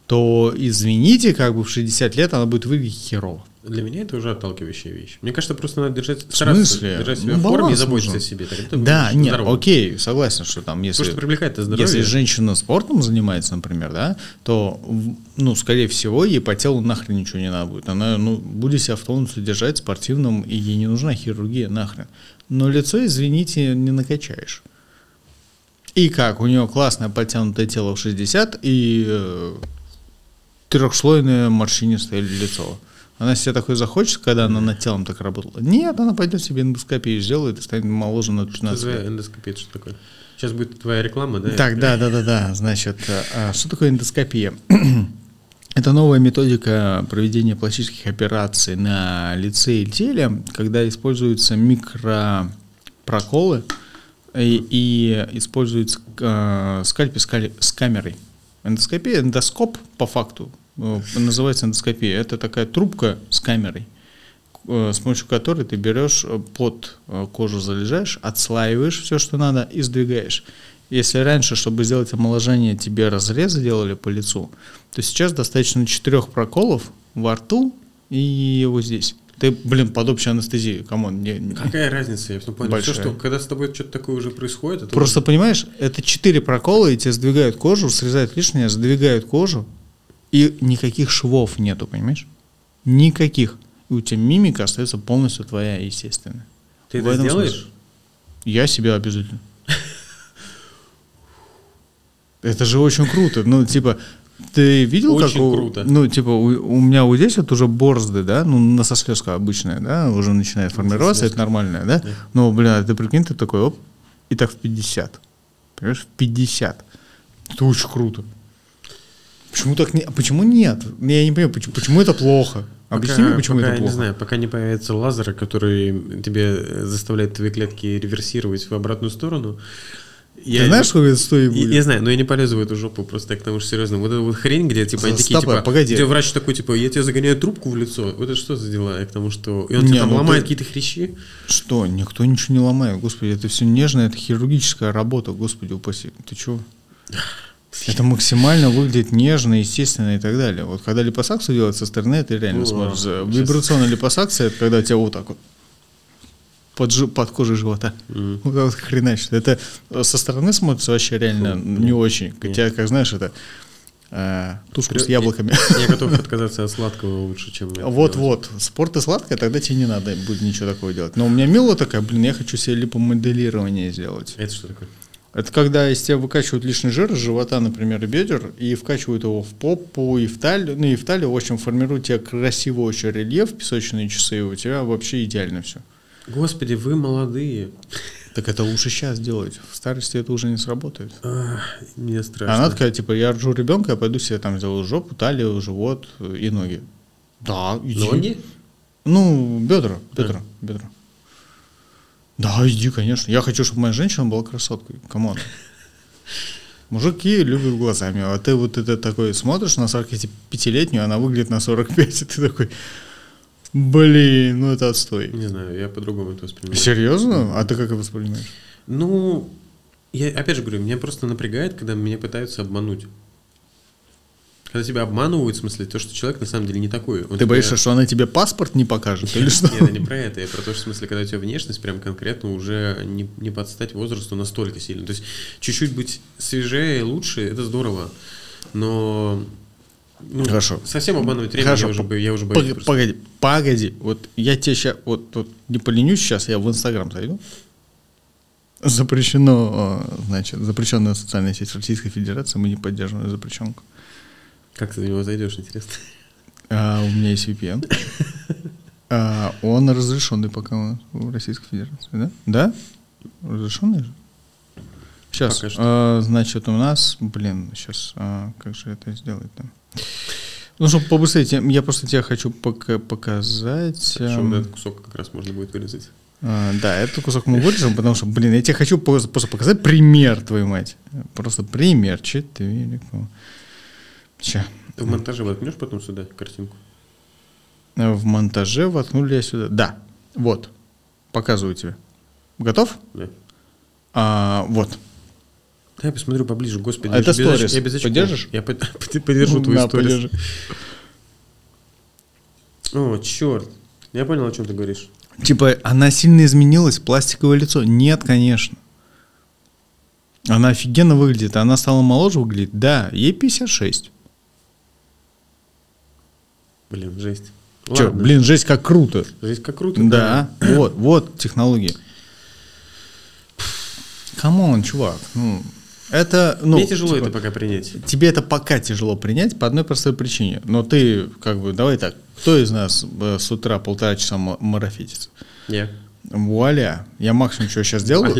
то, извините, как бы в 60 лет она будет выглядеть херово. Для меня это уже отталкивающая вещь. Мне кажется, просто надо В стараться смысле? держать себя в форме и заботиться нужен. о себе. Тогда ты Да, будешь нет, здоровым. окей, согласен, что там, если... Потому что привлекает это здоровье. Если женщина спортом занимается, например, да, то, ну, скорее всего, ей по телу нахрен ничего не надо будет. Она, ну, будет себя в тонусе держать спортивном, и ей не нужна хирургия нахрен. Но лицо, извините, не накачаешь. И как? У нее классное подтянутое тело в 60 и трехслойное морщинистое лицо. Она себе такое захочет, когда она над телом так работала? Нет, она пойдет себе эндоскопию сделает и станет моложе на 15 Что лет. за эндоскопия? Что такое? Сейчас будет твоя реклама, да? Так, да. Значит, что такое эндоскопия? Это новая методика проведения пластических операций на лице и теле, когда используются микропроколы и используется скальпель с камерой. Эндоскопия, эндоскоп по факту называется эндоскопия. Это такая трубка с камерой, с помощью которой ты берешь под кожу, залезаешь, отслаиваешь все, что надо, и сдвигаешь. Если раньше, чтобы сделать омоложение, тебе разрезы делали по лицу, то сейчас достаточно 4 проколов во рту и вот здесь. Ты, под общей анестезией, камон. Какая разница? Я понял. Все, что когда с тобой что-то такое уже происходит... Это просто, понимаешь, это 4 прокола, и тебе сдвигают кожу, срезают лишнее, сдвигают кожу, и никаких швов нету, понимаешь? Никаких. И у тебя мимика остается полностью твоя, естественная. Ты это сделаешь? Я себя обязательно. Это же очень круто. Ну, типа, ты видел, очень как круто. Ну, типа, у меня вот здесь вот уже борозды, да, ну, носослезка обычная, да, уже начинает формироваться, это нормальное, да? Но, ты прикинь, ты такой, оп, и так в 50. Понимаешь, в 50. Это очень круто. Почему так не... Почему нет? Я не понимаю, почему это плохо? Объясни мне, почему это плохо. Я не знаю, пока не появится лазер, который тебе заставляет твои клетки реверсировать в обратную сторону. Ты знаешь, сколько это стоит будет? Я знаю, но я не полезу в эту жопу, просто так, потому что серьезно. Вот эта вот хрень, где типа они такие, типа, погоди. где врач такой, типа, я тебе загоняю трубку в лицо. Вот это что за дела? Я к тому, что... И он тебе там ломает какие-то хрящи. Что? Никто ничего не ломает. Господи, это все нежно, это хирургическая работа, господи упаси. Ты чего? Это максимально выглядит нежно, естественно и так далее. Вот когда липосакцию делают со стороны, это реально смотришь. Вибрационная липосакция, это когда тебя вот так вот под кожей живота. Вот так вот хреначит. Это со стороны смотрится вообще реально не очень. Хотя, как знаешь, это тушку с яблоками. Я готов отказаться от сладкого лучше, чем... Вот. Спорт и сладкое, тогда тебе не надо будет ничего такого делать. Но у меня Мила такая, я хочу себе липомоделирование сделать. Это что такое? Это когда из тебя выкачивают лишний жир из живота, например, и бедер, и вкачивают его в попу, и в талию, и в талию, в общем, формируют тебе красивый очень рельеф, песочные часы, и у тебя вообще идеально все. Господи, вы молодые. Так это лучше сейчас делать. В старости это уже не сработает. Мне страшно. Она такая, типа, я рожу ребенка, я пойду себе там сделаю жопу, талию, живот и ноги. Да, иди. Ноги? Ну, бедра. Да, иди, конечно. Я хочу, чтобы моя женщина была красоткой. Камон. Мужики любят глазами, а ты вот это такой смотришь на 45-летнюю, она выглядит на 45, и ты такой, ну это отстой. Не знаю, я по-другому это воспринимаю. Серьезно? А ты как это воспринимаешь? Ну, я опять же говорю, меня просто напрягает, когда меня пытаются обмануть. Когда тебя обманывают, в смысле, то, что человек на самом деле не такой. Ты боишься, что она тебе паспорт не покажет или что? Нет, не про это. Я про то, что в смысле, когда у тебя внешность прям конкретно уже не под стать возрасту настолько сильно. То есть чуть-чуть быть свежее, лучше, это здорово. Но хорошо. Совсем обманывать время я уже боюсь. Погоди. Вот я тебе сейчас, вот не поленюсь сейчас, я в Инстаграм зайду. Запрещенная социальная сеть Российской Федерации, мы не поддерживаем запрещенку. Как ты на него зайдешь, интересно? У меня есть VPN. Он разрешенный пока в Российской Федерации, да? Да? Разрешенный же? Сейчас, значит, у нас, сейчас, как же это сделать-то? Ну, чтобы побыстрее, я просто тебе хочу показать. Хорошо, вот этот кусок как раз можно будет вырезать. Да, этот кусок мы вырежем, потому что, я тебе хочу просто показать пример, твою мать. Просто пример. 4. Ты в монтаже воткнешь потом сюда картинку? В монтаже воткнули я сюда. Да, вот. Показываю тебе. Готов? Да. Вот. Да, я посмотрю поближе, господи. Это я без сторис. я без очков. Поддержишь? Я поддержу твою сторис. О, черт. Я понял, о чем ты говоришь. Типа, она сильно изменилась, пластиковое лицо? Нет, конечно. Она офигенно выглядит. Она стала моложе выглядеть? Да, ей 56. Блин, жесть. Че, Ладно. блин, жесть, как круто. Жесть как круто. Да, вот технологии. Камон, чувак. Это, Мне тяжело это пока принять. Тебе это пока тяжело принять по одной простой причине. Но ты, как бы, давай так, кто из нас с утра 1,5 часа марафетится? Я. Вуаля. Я максимум, что сейчас делаю.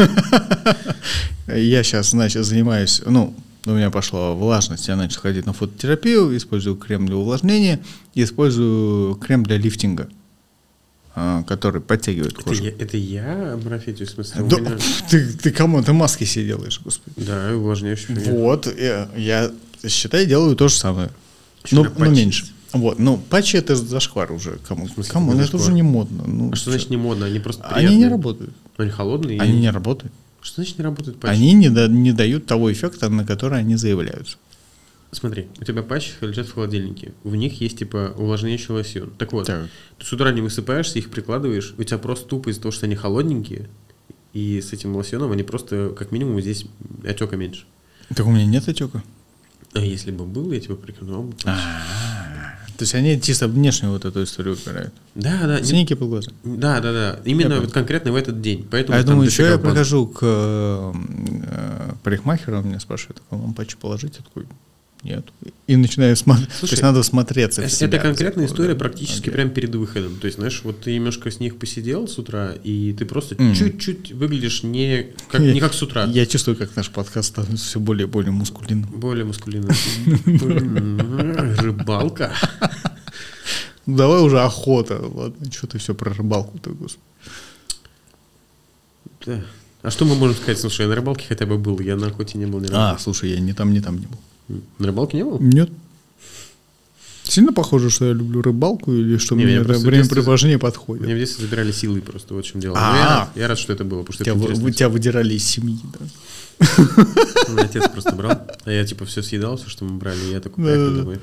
Я сейчас, значит, занимаюсь, у меня пошла влажность, я начал ходить на фототерапию, использую крем для увлажнения, использую крем для лифтинга, который подтягивает кожу. Это я марафетию, в смысле? Да, ты кому? Ты маски себе делаешь, господи. Да, увлажняющий. Вот, я, считай, делаю то же самое. Но меньше. Вот, патчи это зашквар уже. Кому? Это уже не модно. А что значит не модно? Они просто приятные. Они не работают. Они холодные? Они не работают. Что значит не работают патчи? Они не дают того эффекта, на который они заявляются. Смотри, у тебя патчи лежат в холодильнике. В них есть типа увлажняющий лосьон. Так вот, так. Ты с утра не высыпаешься, их прикладываешь, у тебя просто тупо из-за того, что они холодненькие, и с этим лосьоном они просто, как минимум, здесь отека меньше. Так у меня нет отека. А если бы был, я тебя порекомендовал бы патчи. То есть они чисто внешнюю вот эту историю убирают. Да. Синяки под глазом. Да. Именно вот конкретно в этот день. Поэтому я думаю, еще я прихожу к парикмахеру, он меня спрашивает, вам патчи положить? Я такой, нет. И начинаю смотреть. То есть надо смотреться в себя. Это конкретная история практически прямо перед выходом. То есть, знаешь, вот ты немножко с них посидел с утра, и ты просто чуть-чуть выглядишь не как с утра. Я чувствую, как наш подкаст становится все более и более мускулинным. Более мускулинным. Рыбалка. Давай уже охота. Ладно, что ты все про рыбалку-то, господи. Да. А что мы можем сказать? Слушай, я на рыбалке хотя бы был, я на охоте не был ни разу. Слушай, я ни там не был. На рыбалке не был? Нет. Сильно похоже, что я люблю рыбалку или что мне это времяпрепровождение подходит? Мне в детстве забирали силой просто, вот в чем дело. Я рад, что это было, потому что это интересно. Тебя выдирали из семьи, да? Мой отец просто брал, а я типа все съедал, все, что мы брали, и я такой поехал домой.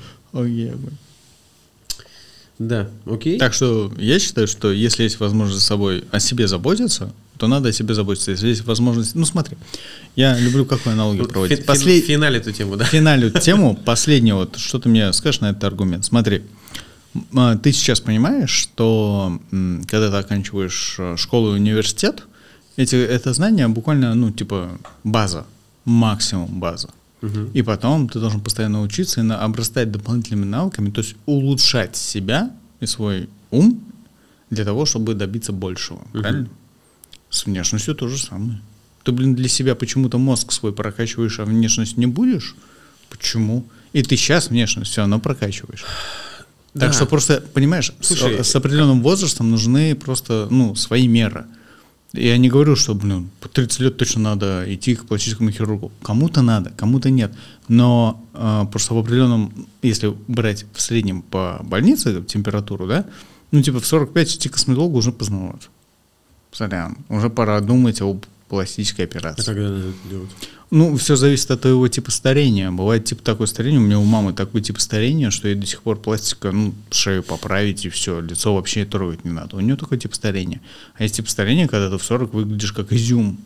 Да, окей. Так что я считаю, что если есть возможность о себе заботиться, то надо о себе заботиться. Если есть возможность... смотри, я люблю какую аналогию проводить. Финале эту тему, да? Финале тему, последнее, вот что ты мне скажешь на этот аргумент. Смотри, ты сейчас понимаешь, что когда ты оканчиваешь школу и университет, это знание буквально, база, максимум база. И потом ты должен постоянно учиться и обрастать дополнительными навыками, то есть улучшать себя и свой ум для того, чтобы добиться большего. Правильно? С внешностью то же самое. Ты, для себя почему-то мозг свой прокачиваешь, а внешность не будешь? Почему? И ты сейчас внешность все равно прокачиваешь. Так что просто, понимаешь, с определенным возрастом нужны просто, свои меры. Я не говорю, что, по 30 лет точно надо идти к пластическому хирургу. Кому-то надо, кому-то нет. Но просто в определенном, если брать в среднем по больнице температуру, да, в 45 идти к косметологу уже поздновато. Сорян, уже пора думать о пластической операции. А когда надо это делать? Все зависит от твоего типа старения. Бывает такое старение, у меня у мамы такой тип старения, что ей до сих пор пластика, шею поправить и все, лицо вообще трогать не надо. У нее такой тип старения. А есть тип старения, когда ты в 40 выглядишь как изюм.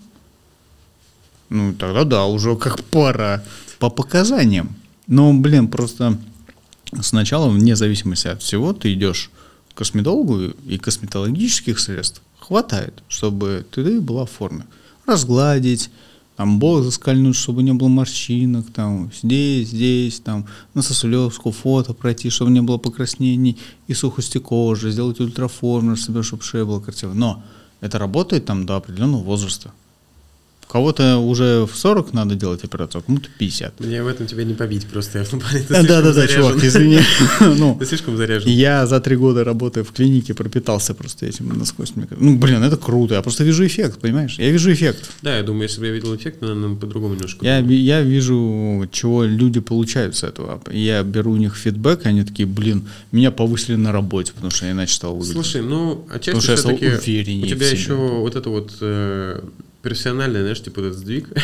Тогда да, уже как пора. По показаниям. Но, просто сначала, вне зависимости от всего, ты идешь к косметологу, и косметологических средств хватает, чтобы ты была в форме. Разгладить, бок заскольнуть, чтобы не было морщинок, здесь, на сосулевскую фото пройти, чтобы не было покраснений и сухости кожи, сделать ультраформер себе, чтобы шея была красивая. Но это работает до определенного возраста. Кого-то уже в 40 надо делать операцию, а кому-то 50. Мне в этом тебя не побить просто. Да, чувак, извини. Ты слишком заряжен. Я за 3 года работы в клинике пропитался просто этим насквозь. Это круто. Я просто вижу эффект, понимаешь? Я вижу эффект. Да, я думаю, если бы я видел эффект, наверное, по-другому немножко. Я вижу, чего люди получают с этого. Я беру у них фидбэк, и они такие, меня повысили на работе, потому что я иначе стал выглядеть. Слушай, отчасти все-таки у тебя еще вот это вот... профессиональный, знаешь, этот сдвиг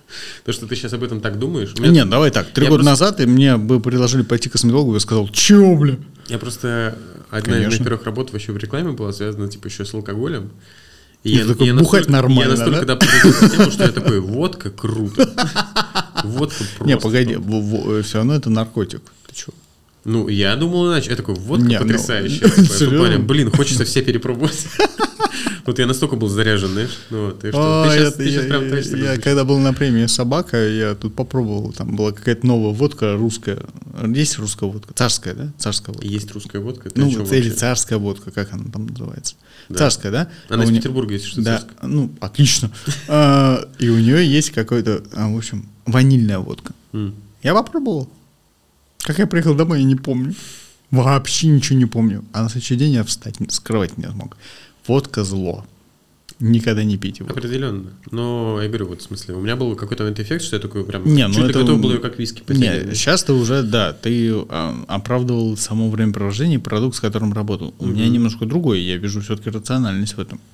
То, что ты сейчас об этом так думаешь. Нет, давай так. 3 года назад и мне бы предложили пойти к косметологу, я сказал, чё, бля? Я просто... Одна из моих первых работ вообще в рекламе была связана, типа, еще с алкоголем. И я такой, бухать нормально, я настолько подошел к тему, что я такой, водка круто. Водка просто. Не, погоди, все равно это наркотик. Ты чё? Ну, я думал иначе. Я такой, водка потрясающая. Серьезно? Блин, хочется все перепробовать. Вот я настолько был заряжен, знаешь. Ну, ты сейчас прям точно. Я когда был на премии «Собака», я тут попробовал. Там была какая-то новая водка русская. Есть русская водка? Царская, да? Царская водка. Есть русская водка? Ну, или царская водка, как она там называется? Царская, да? Она из Петербурга, если что, да, царская. ну, отлично. И у нее есть какой-то, в общем, ванильная водка. Я попробовал. Как я приехал домой, я не помню. Вообще ничего не помню. А на следующий день я встать, скрывать не смог. Водка зло. Никогда не пейте водку. Определенно. Но я говорю, вот в смысле, у меня был какой-то момент эффект, что я такой прям чуть ли готов был ее как виски потянуть. Нет, сейчас ты уже, да, ты оправдывал само времяпровождение и продукт, с которым работал. У меня немножко другой, я вижу все-таки рациональность в этом.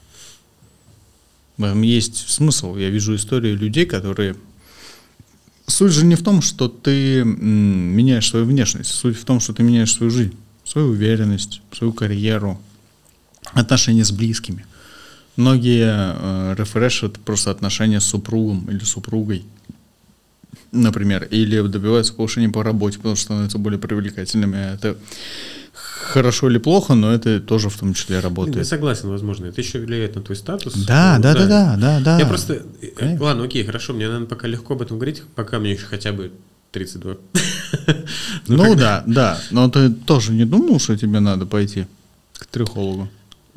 В этом есть смысл. Я вижу историю людей, которые... Суть же не в том, что ты меняешь свою внешность. Суть в том, что ты меняешь свою жизнь, свою уверенность, свою карьеру, отношения с близкими. Многие рефрешат просто отношения с супругом или супругой, например, или добиваются повышения по работе, потому что становятся более привлекательными. Это хорошо или плохо, но это тоже в том числе работает. Я согласен, возможно. Это еще влияет на твой статус. Да. Я просто... Конечно. Ладно, окей, хорошо, мне, наверное, пока легко об этом говорить, пока мне еще хотя бы 32. Ну да. Но ты тоже не думал, что тебе надо пойти к трихологу?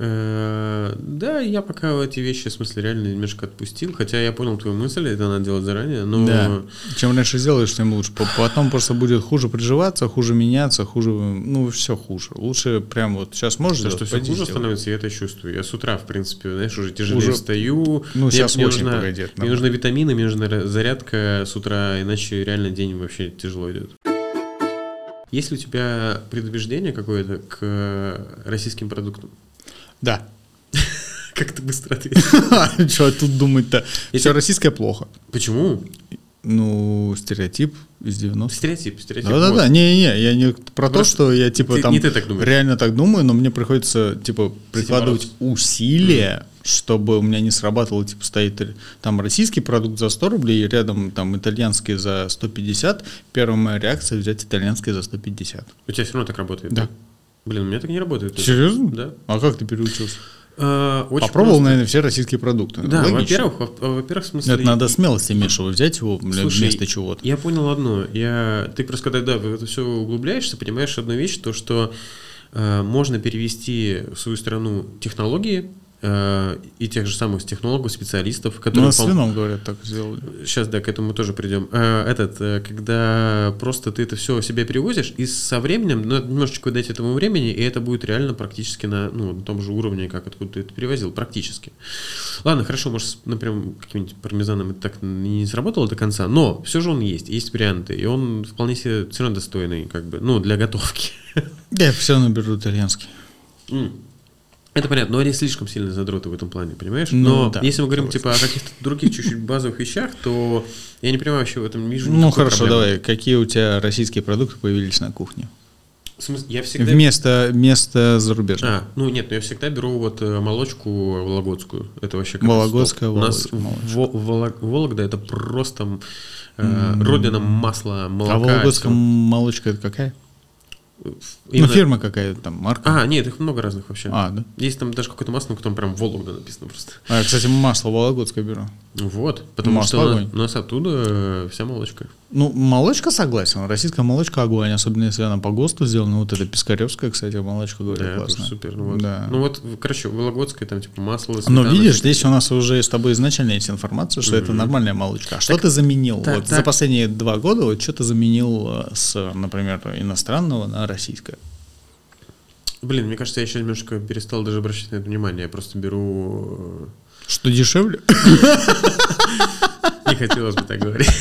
Да, я пока эти вещи, в смысле, реально немножко отпустил, хотя я понял твою мысль, это надо делать заранее, но... Да. Чем раньше сделаешь, тем лучше. Потом просто будет хуже приживаться, хуже меняться, хуже, ну, все хуже. Лучше прям вот сейчас можешь сделать, сделать, что все хуже становится, я это чувствую. Я с утра, в принципе, знаешь, уже тяжелее встаю. Ну, сейчас очень погодит. Мне нужны витамины, мне нужна зарядка с утра, иначе реально день вообще тяжело идет. Есть ли у тебя предубеждение какое-то к российским продуктам? Да. Как ты быстро ответил? Что тут думать-то? Все российское плохо. Почему? Ну, стереотип из 90-х. Стереотип. Да. Не, я не про то, что я типа там реально так думаю, но мне приходится типа прикладывать усилия, чтобы у меня не срабатывало, типа стоит там российский продукт за 100 рублей, и рядом там итальянский за 150. Первая моя реакция — взять итальянский за 150. У тебя все равно так работает? Да. Блин, у меня так не работает. Серьезно? Да. А как ты переучился? Очень попробовал, просто. наверное, все российские продукты. Да, во-первых, в смысле... Это надо смелость иметь, чтобы взять его вместо чего-то. Я понял одно. Ты просто когда в это все углубляешься, понимаешь одну вещь, то, что можно перевести в свою страну технологии, и тех же самых технологов, специалистов, которые... Ну, с вином, говорят, так сделали. Сейчас, да, к этому мы тоже придем. Когда просто ты это все себе перевозишь, и со временем, немножечко дать этому времени, и это будет реально практически на том же уровне, как откуда ты это перевозил, практически. Ладно, хорошо, может, например, каким-нибудь пармезаном это так не сработало до конца, но все же он есть варианты, и он вполне себе все равно достойный, как бы, для готовки. Я все равно беру итальянский. Это понятно, но они слишком сильно задроты в этом плане, понимаешь? Но да, если мы говорим типа о каких-то других чуть-чуть базовых вещах, то я не понимаю вообще в этом вижу. Ну хорошо, проблемы. Давай, какие у тебя российские продукты появились на кухне? В смысле, я всегда... Вместо зарубежных. Нет, я всегда беру вот молочку вологодскую. Это вообще как Вологодская, у нас Вологда — это просто родина масла, молока. А вологодская молочка — это какая? Фирма какая-то там, марка? Нет, их много разных вообще. Да? Есть там даже какое-то масло, на котором прям Вологда написано просто. Я, кстати, масло вологодское беру. Вот, потому что у нас оттуда вся молочка. Ну, молочка, согласен. Российская молочка огонь, особенно если она по ГОСТу сделана. Вот эта пискаревская, кстати, молочка, говорят, классная. Да, супер. Короче, вологодская, там типа масло, сметана. Но видишь, здесь у нас уже с тобой изначально есть информация, что это нормальная молочка. А что ты заменил? За последние 2 года что ты заменил с, например, иностранного на российское? Блин, мне кажется, я еще немножко перестал даже обращать на это внимание. Я просто беру... Что дешевле? Не хотелось бы так говорить.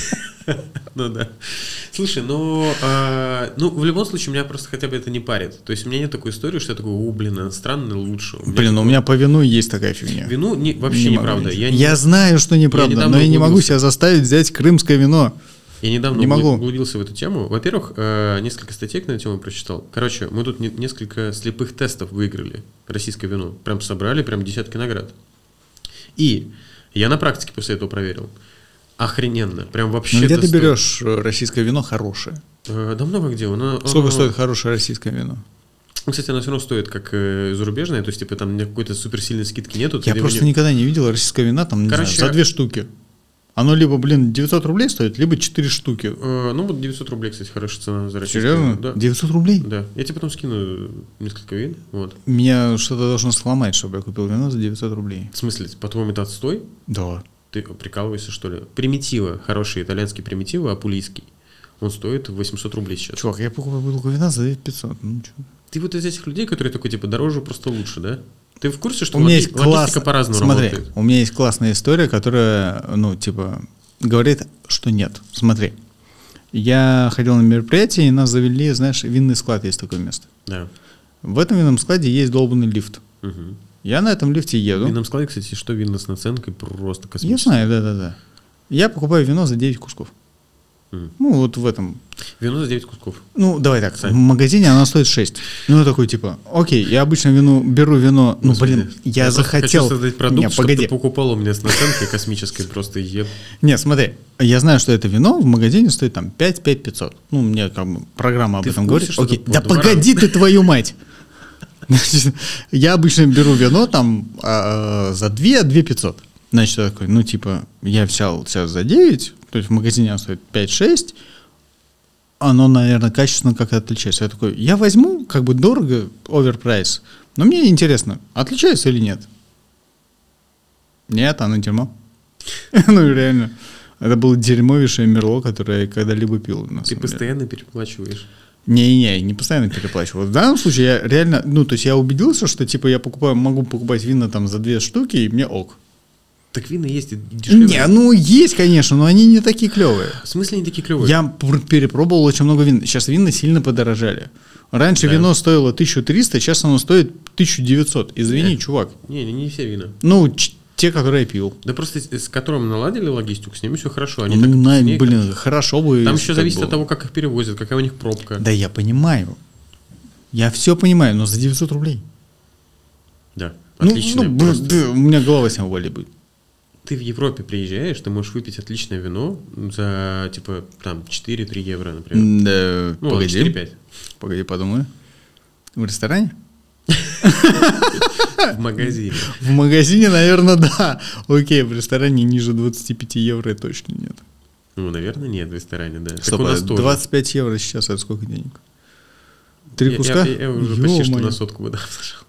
Ну да. Слушай, ну в любом случае меня просто хотя бы это не парит. То есть у меня нет такой истории, что я такой, блин, странно, лучше. Блин, у меня по вину есть такая фигня. Вину вообще неправда. Я знаю, что неправда, но я не могу себя заставить взять крымское вино. Я недавно не могу. углубился в эту тему. Во-первых, несколько статей на эту тему прочитал. Короче, мы тут несколько слепых тестов выиграли. Российское вино. Прям собрали, прям десятки наград. И я на практике после этого проверил. Охрененно. Прям вообще. Ну, где ты берешь российское вино хорошее? Да много где. Сколько стоит хорошее российское вино? Кстати, оно все равно стоит как зарубежное, то есть, типа, там какой-то суперсильной скидки нету. Я просто никогда не видел российское вина там, не знаю, за 2 штуки. Оно либо, 900 рублей стоит, либо 4 штуки. Ну, вот 900 рублей, кстати, хорошая цена за российское. Серьезно? Да. 900 рублей? Да. Я тебе потом скину несколько вин. Вот. Меня что-то должно сломать, чтобы я купил вино за 900 рублей. В смысле, по-твоему, это отстой? Да. Ты прикалываешься, что ли? Примитива, хороший итальянский примитива, апулийский. Он стоит 800 рублей сейчас. Чувак, я покупаю бутылку вина за 500. Ну, что? Ты вот из этих людей, которые такой, типа, дороже, просто лучше, да? Ты в курсе, что у меня есть логистика по-разному работает? У меня есть классная история, которая, говорит, что нет. Смотри, я ходил на мероприятие, и нас завели, знаешь, винный склад, есть такое место. Да. В этом винном складе есть долбанный лифт. Угу. Я на этом лифте еду. В винном складе, кстати, что винно с наценкой просто космически. Я знаю, да. Я покупаю вино за 9 кусков. Ну, вот в этом. Вино за 9 кусков. Ну, давай так, в магазине оно стоит 6. Ну, я такой, типа, окей, я обычно беру вино, я захотел... Хочу создать продукт, чтобы ты покупал у меня с наценкой космической, просто еб. Нет, смотри, я знаю, что это вино в магазине стоит там 5-500. Ну, мне как бы программа об этом говорит. Окей, да погоди ты, твою мать! Я обычно беру вино там за 2-500. Значит, я такой, я взял сейчас за 9, то есть в магазине оно стоит 5-6, оно, наверное, качественно как-то отличается. Я такой, я возьму, как бы дорого, оверпрайс, но мне интересно, отличается или нет. Нет, оно дерьмо. Ну, реально. Это было дерьмовейшее мерло, которое я когда-либо пил. Ты постоянно переплачиваешь. Не постоянно переплачиваю. В данном случае я реально, я убедился, что, я могу покупать вина там за 2 штуки, и мне ок. Так вина есть и дешевле. Есть, конечно, но они не такие клевые. В смысле не такие клевые? Я перепробовал очень много вин. Сейчас вина сильно подорожали. Раньше вино стоило 1300, сейчас оно стоит 1900. Извини, чувак. Не все вина. Те, которые я пил. Да просто с которым наладили логистику, с ними все хорошо. Они хорошо бы... Там еще зависит от того, как их перевозят, какая у них пробка. Да, я понимаю. Я все понимаю, но за 900 рублей. Да, отлично. У меня голова с ним боли будет. Ты в Европе приезжаешь, ты можешь выпить отличное вино за, 4-3 евро, например. Да, погоди. 4-5. Погоди, подумаю. В ресторане? В магазине. В магазине, наверное, да. Окей, в ресторане ниже 25 евро точно нет. Ну, наверное, нет в ресторане, да. Стоп, 25 евро сейчас, это сколько денег? 3 куска? Я уже почти что на сотку бы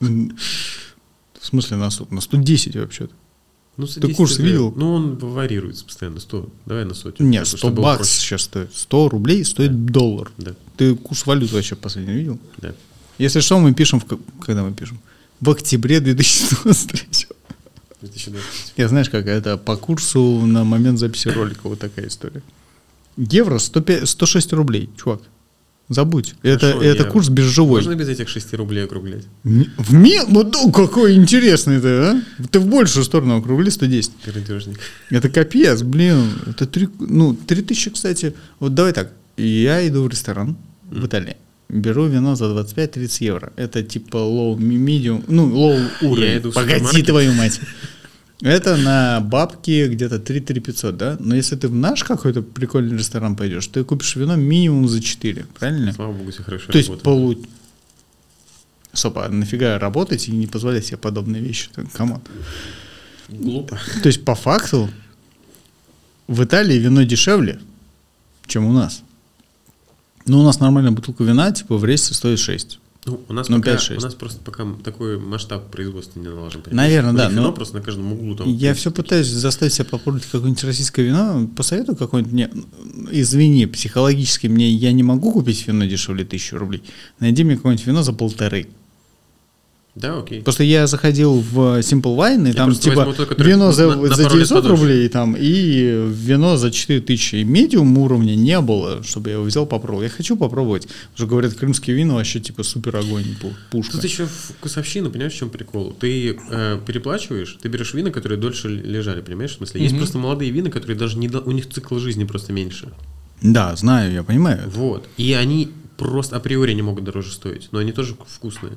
В смысле на сотку? На 110 вообще-то. Ты 110 курс видел? Ну, он варьируется постоянно. 100. Давай на сотню. Нет, 100 баксов сейчас стоит. 100 рублей стоит доллар. Да. Ты курс валют вообще последний видел? Да. Если что, мы пишем, когда мы пишем? В октябре 2023. Я знаешь, как это по курсу на момент записи ролика вот такая история. Евро 106 рублей, чувак. Забудь. Хорошо, это курс биржевой. Можно без этих 6 рублей округлять? Какой интересный ты, а? Ты в большую сторону округли 110. Передежник. Это капец, блин. Это 3000, кстати. Вот давай так. Я иду в ресторан в Италии. Беру вино за 25-30 евро. Это типа low, medium, low уровень. Погоди, твою мать. Это на бабки где-то 3-500, да? Но если ты в наш какой-то прикольный ресторан пойдешь, ты купишь вино минимум за 4, правильно? Слава богу, все хорошо работает. То есть Стоп, а нафига работать и не позволять себе подобные вещи? Камон. Глупо. То есть по факту в Италии вино дешевле, чем у нас. У нас нормальная бутылка вина, в рейсе стоит 6. У нас просто пока такой масштаб производства не налажен. Наверное, да. Вино просто на каждом углу. Я все пытаюсь заставить себя попробовать какое-нибудь российское вино. Посоветуй какое-нибудь. Извини, психологически я не могу купить вино дешевле 1000 рублей. Найди мне какое-нибудь вино за 1500. Да, окей. Просто я заходил в Simple Wine, и там типа возьму то, которое вино за на пару лет 900 подольше. рублей, там, и вино за 4000. И медиум уровня не было, чтобы я его взял, попробовал. Я хочу попробовать. Потому что говорят, крымские вина вообще типа супер огонь, пушка. Тут еще вкусовщина, понимаешь, в чем прикол? Ты переплачиваешь, ты берешь вина, которые дольше лежали, понимаешь? В смысле, есть просто молодые вина, которые даже у них цикл жизни просто меньше. Да, знаю, я понимаю. Вот. И они просто априори не могут дороже стоить, но они тоже вкусные.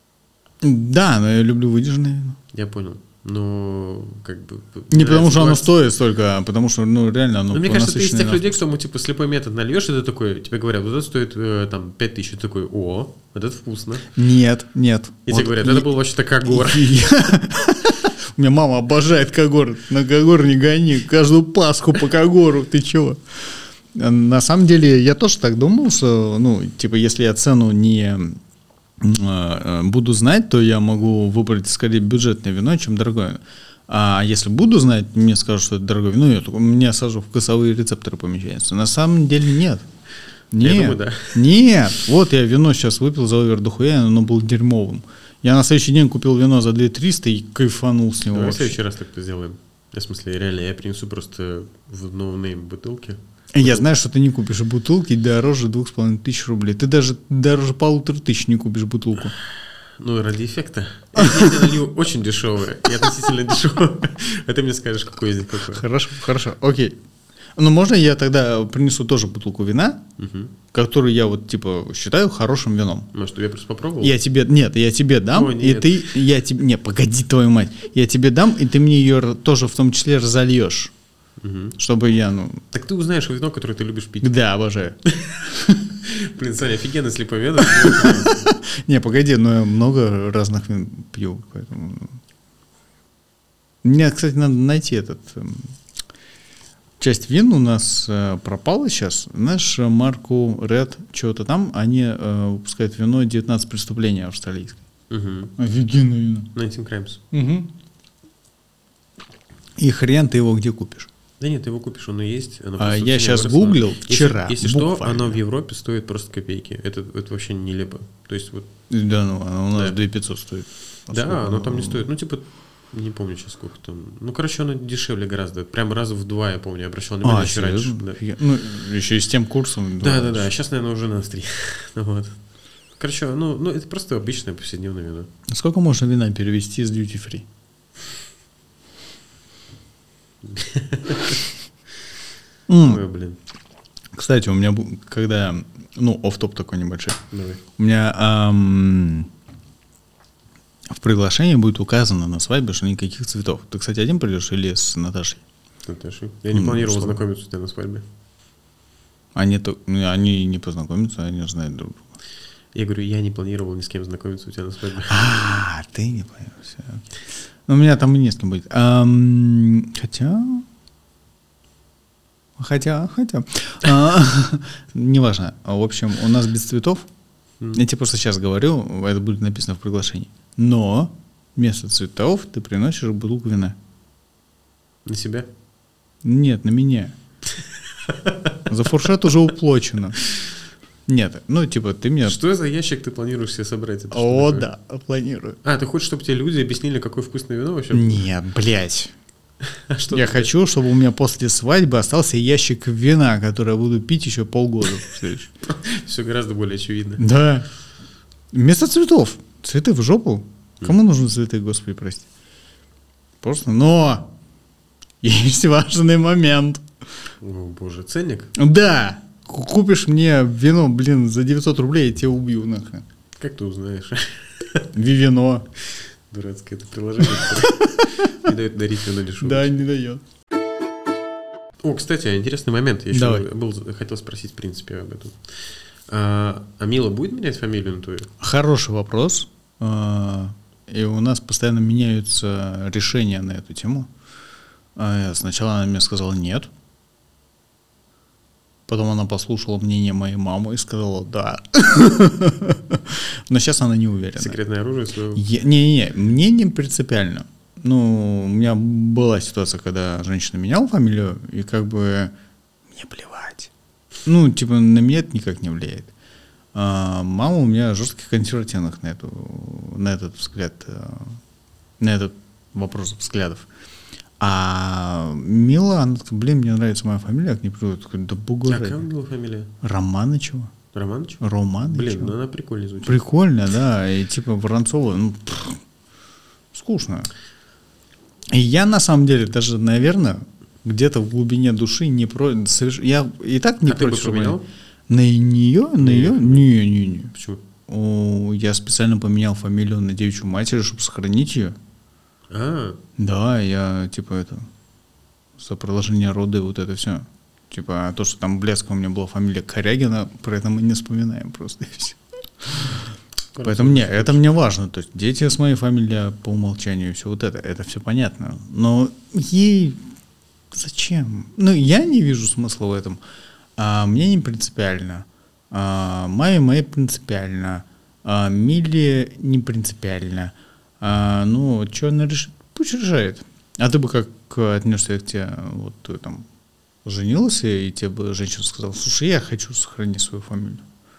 Да, но я люблю выдержанное вино. Я понял. Но как бы... Не потому что оно стоит столько, а потому что, ну, реально оно мне кажется, ты из тех насыщенное людей, кто, типа, слепой метод нальешь, и ты такой, тебе говорят, вот это стоит там 5000, ты такой, о, вот это вкусно. Нет. И тебе говорят, это был вообще-то Кагор. У меня мама обожает Кагор. На Кагор не гони. Каждую Пасху по Кагору. Ты чего? На самом деле, я тоже так думал, что, ну, типа, если я цену не буду знать, то я могу выбрать скорее бюджетное вино, чем дорогое. А если буду знать, мне скажут, что это дорогое вино, у меня сразу вкусовые рецепторы помещаются. На самом деле нет. Нет. Я думаю, да. Нет. Вот я вино сейчас выпил за овер дохуя, оно было дерьмовым. Я на следующий день купил вино за 2300 и кайфанул с него. Давай в вообще. следующий раз так-то сделаем. В смысле, реально, я принесу просто в ноунейм бутылки. Я знаю, что ты не купишь бутылки дороже 2500 рублей. Ты даже дороже 1500 не купишь бутылку. Ну, ради эффекта. Я тебе налью очень дешевое и относительно дешевое. А ты мне скажешь, какой из них какой. Хорошо, окей. Ну, можно я тогда принесу тоже бутылку вина, которую я вот, типа, считаю хорошим вином? Может, я просто попробовал? Я тебе дам, О, и нет. не, погоди, твою мать. Я тебе дам, и ты мне ее тоже в том числе разольешь. Чтобы я, Так ты узнаешь вино, которое ты любишь пить. Да, обожаю. Блин, Саня, офигенно слепой метод. Не, погоди, но я много разных вин пью, поэтому... Мне, кстати, надо найти этот... Часть вин у нас пропала сейчас. Знаешь, марку Red, что-то там, они выпускают вино 19 преступлений австралийское. Офигенное вино. 19 Crimes. И хрен ты его где купишь? Да нет, ты его купишь, оно есть. Оно Я сейчас гуглил вчера. Если что, оно в Европе стоит просто копейки. Это вообще нелепо. То есть вот... Да, ну, оно у нас 2500 стоит. Да, оно там не стоит. Ну, типа, не помню сейчас сколько там. Ну, короче, оно дешевле гораздо. Прям раза в 2, я помню, я обращал внимание еще раньше. Да. Ну, еще и с тем курсом. Да. А сейчас, наверное, уже на 3. Вот. Короче, ну, это просто обычное повседневное вино. Сколько можно вина перевести из duty free? Ой, блин. Кстати, у меня, когда, офф-топ такой небольшой. Давай. У меня в приглашении будет указано на свадьбе, что никаких цветов. Ты, кстати, один придешь или с Наташей? Наташа. Я не планировал знакомиться у тебя на свадьбе. Они не познакомятся, они знают друг друга. Я говорю, я не планировал ни с кем знакомиться у тебя на свадьбе. Ты не понял. Все, окей. У меня там и не с кем будет. Хотя. Неважно. В общем, у нас без цветов. Я тебе просто сейчас говорю, это будет написано в приглашении. Но вместо цветов ты приносишь бутылку вина. На себя? Нет, на меня. За фуршет уже уплачено. Нет, ты мне... Что за ящик ты планируешь себе собрать? О, да, планирую. Ты хочешь, чтобы тебе люди объяснили, какое вкусное вино вообще? Нет, блядь. Я хочу, чтобы у меня после свадьбы остался ящик вина, который я буду пить еще полгода. Все гораздо более очевидно. Да. Вместо цветов. Цветы в жопу. Кому нужны цветы, господи, прости. Просто, но есть важный момент. О, боже, ценник? Да. Купишь мне вино, за 900 рублей, я тебя убью нахрен. Как ты узнаешь? Вино. Дурацкое это приложение, которое не дает дарить вино дешевле. Да, не дает. О, кстати, интересный момент. Я еще хотел спросить, в принципе, об этом. А Мила будет менять фамилию на твою? Хороший вопрос. И у нас постоянно меняются решения на эту тему. Сначала она мне сказала нет. Потом она послушала мнение моей мамы и сказала да. Но сейчас она не уверена. Секретное оружие своего? Не, мне не принципиально. У меня была ситуация, когда женщина меняла фамилию, и мне плевать. На меня это никак не влияет. Мама у меня жестко консервативных на этот взгляд, на этот вопрос взглядов. А Мила, она такая, блин, мне нравится моя фамилия, как не приводит. Да бога ради. Какая у Мила фамилия? Романычева. Романычева? Блин, ну она прикольно звучит. Прикольно, да. И типа Воронцова, скучно. И я на самом деле даже, наверное, где-то в глубине души не против. Я и так не против. Ты бы поменял? На нее? Не. Почему? Я специально поменял фамилию на девичью матерь, чтобы сохранить ее. Да, я типа за продолжение рода и вот это все. Типа, то, что там блеска у меня была фамилия Корягина, про это мы не вспоминаем просто и все. Поэтому это мне важно. То есть дети с моей фамилией по умолчанию, все вот это все понятно. Но ей зачем? Я не вижу смысла в этом. Мне не принципиально. Маме моей принципиально. Миле не принципиально. Что она решит? Пусть решает. А ты бы как отнесся, если тебе вот ты там женился, и тебе бы женщина сказала, слушай, я хочу сохранить свою фамилию.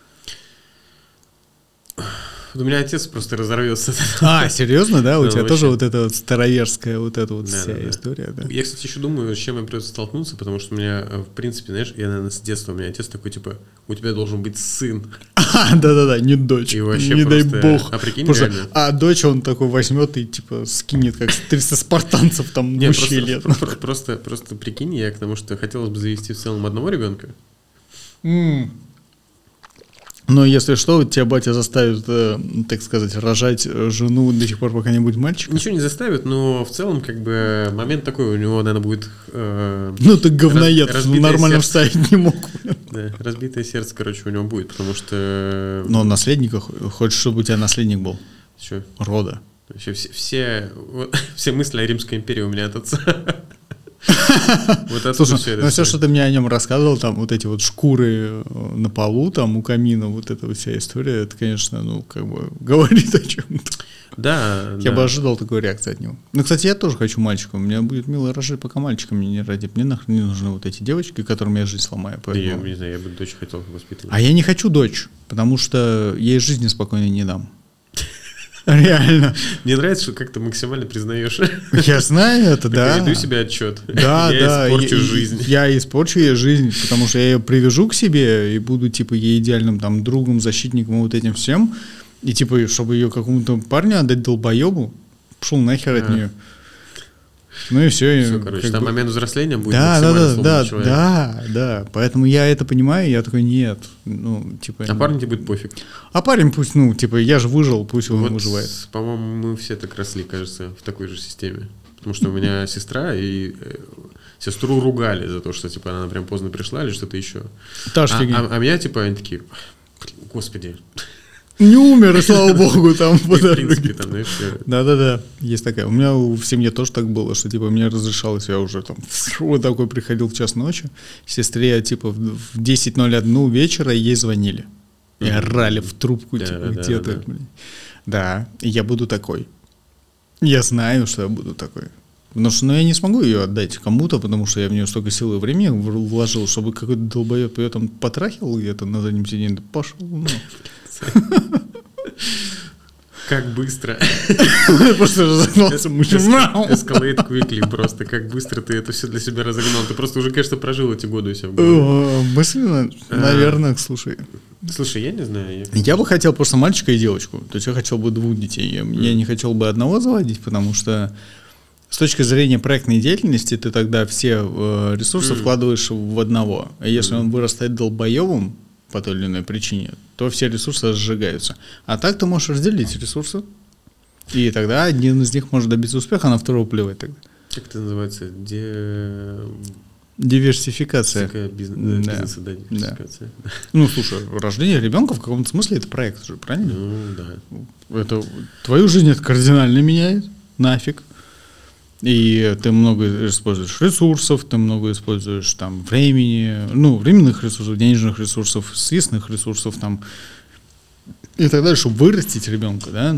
У меня отец просто разорвется. Серьезно, да? У тебя тоже вот эта вот староверская вот эта вот вся история, да? Я, кстати, еще думаю, с чем мне придется столкнуться, потому что у меня, в принципе, знаешь, я, наверное, с детства, у меня отец такой, типа, у тебя должен быть сын. Да-да-да, не дочь. И вообще не дай бог. А прикинь, реально. А дочь он такой возьмет и, типа, скинет, как 300 спартанцев там в ущелье. Просто прикинь, я к тому, что хотелось бы завести в целом одного ребенка. Но если что, тебя батя заставит, так сказать, рожать жену до сих пор, пока не будет мальчика? Ничего не заставит, но в целом, как бы, момент такой, у него, наверное, будет... ты говноед, нормально вставить не мог. Да, разбитое сердце, короче, у него будет, потому что... Но наследника, хочешь, чтобы у тебя наследник был? Что? Рода. Вообще все мысли о Римской империи у меня от отца. Слушай, все, что ты мне о нем рассказывал, там вот эти вот шкуры на полу, там у камина, вот эта вот вся история, это, конечно, говорит о чем-то. Да. Я бы ожидал такой реакции от него. Кстати, я тоже хочу мальчика. У меня будет мило рожать, пока мальчика мне не родит. Мне нахрен не нужны вот эти девочки, которым я жизнь сломаю. Я не знаю, я бы дочь хотел воспитывать. А я не хочу дочь, потому что ей жизни спокойно не дам. Реально. Мне нравится, что как ты максимально признаешь. Я знаю это, да. Я даю себе отчет. Да, я испорчу жизнь. Я испорчу ей жизнь, потому что я ее привяжу к себе и буду, типа, ей идеальным там другом, защитником, вот этим всем. И, типа, чтобы ее какому-то парню отдать долбоебу, пошел нахер от нее. И все. Все, короче, там момент взросления будет максимально сломанный человек. Да. Поэтому я это понимаю, и я такой, нет. А парню тебе будет пофиг. А парень пусть, я же выжил, пусть он выживает. По-моему, мы все так росли, кажется, в такой же системе. Потому что у меня сестра, и сестру ругали за то, что, типа, она прям поздно пришла или что-то еще. Та же фигня. А меня, типа, они такие, господи. Не умер, и слава богу, там по дороге. В принципе, там, знаешь, Да, есть такая. У меня в семье тоже так было, что, типа, мне разрешалось, я уже там вот такой приходил в час ночи, сестре, типа, в 10:01 вечера ей звонили. И орали в трубку, типа, где ты, блин. Да, и я буду такой. Я знаю, что я буду такой. Потому что, я не смогу ее отдать кому-то, потому что я в нее столько сил и времени вложил, чтобы какой-то долбоеб ее там потрахил где-то на заднем сиденье. Пошел, Как быстро. Просто разогнался. Escalate quickly просто. Как быстро ты это все для себя разогнал. Ты просто уже, конечно, прожил эти годы у себя в голове. Мысленно, наверное, слушай. Слушай, я не знаю. Я бы хотел просто мальчика и девочку. То есть я хотел бы 2 детей. Я не хотел бы одного заводить, потому что с точки зрения проектной деятельности ты тогда все ресурсы вкладываешь в одного. А если он вырастает долбоебом по той или иной причине, то все ресурсы сжигаются. А так ты можешь разделить ресурсы, и тогда один из них может добиться успеха, а на второго плевать тогда. Как это называется? Диверсификация. Бизнеса, да, диверсификация. Да. Слушай, рождение ребенка в каком-то смысле это проект же, правильно? Да. Это твою жизнь это кардинально меняет, нафиг. И ты много используешь ресурсов, ты много используешь там времени, временных ресурсов, денежных ресурсов, съестных ресурсов там и так далее, чтобы вырастить ребенка, да,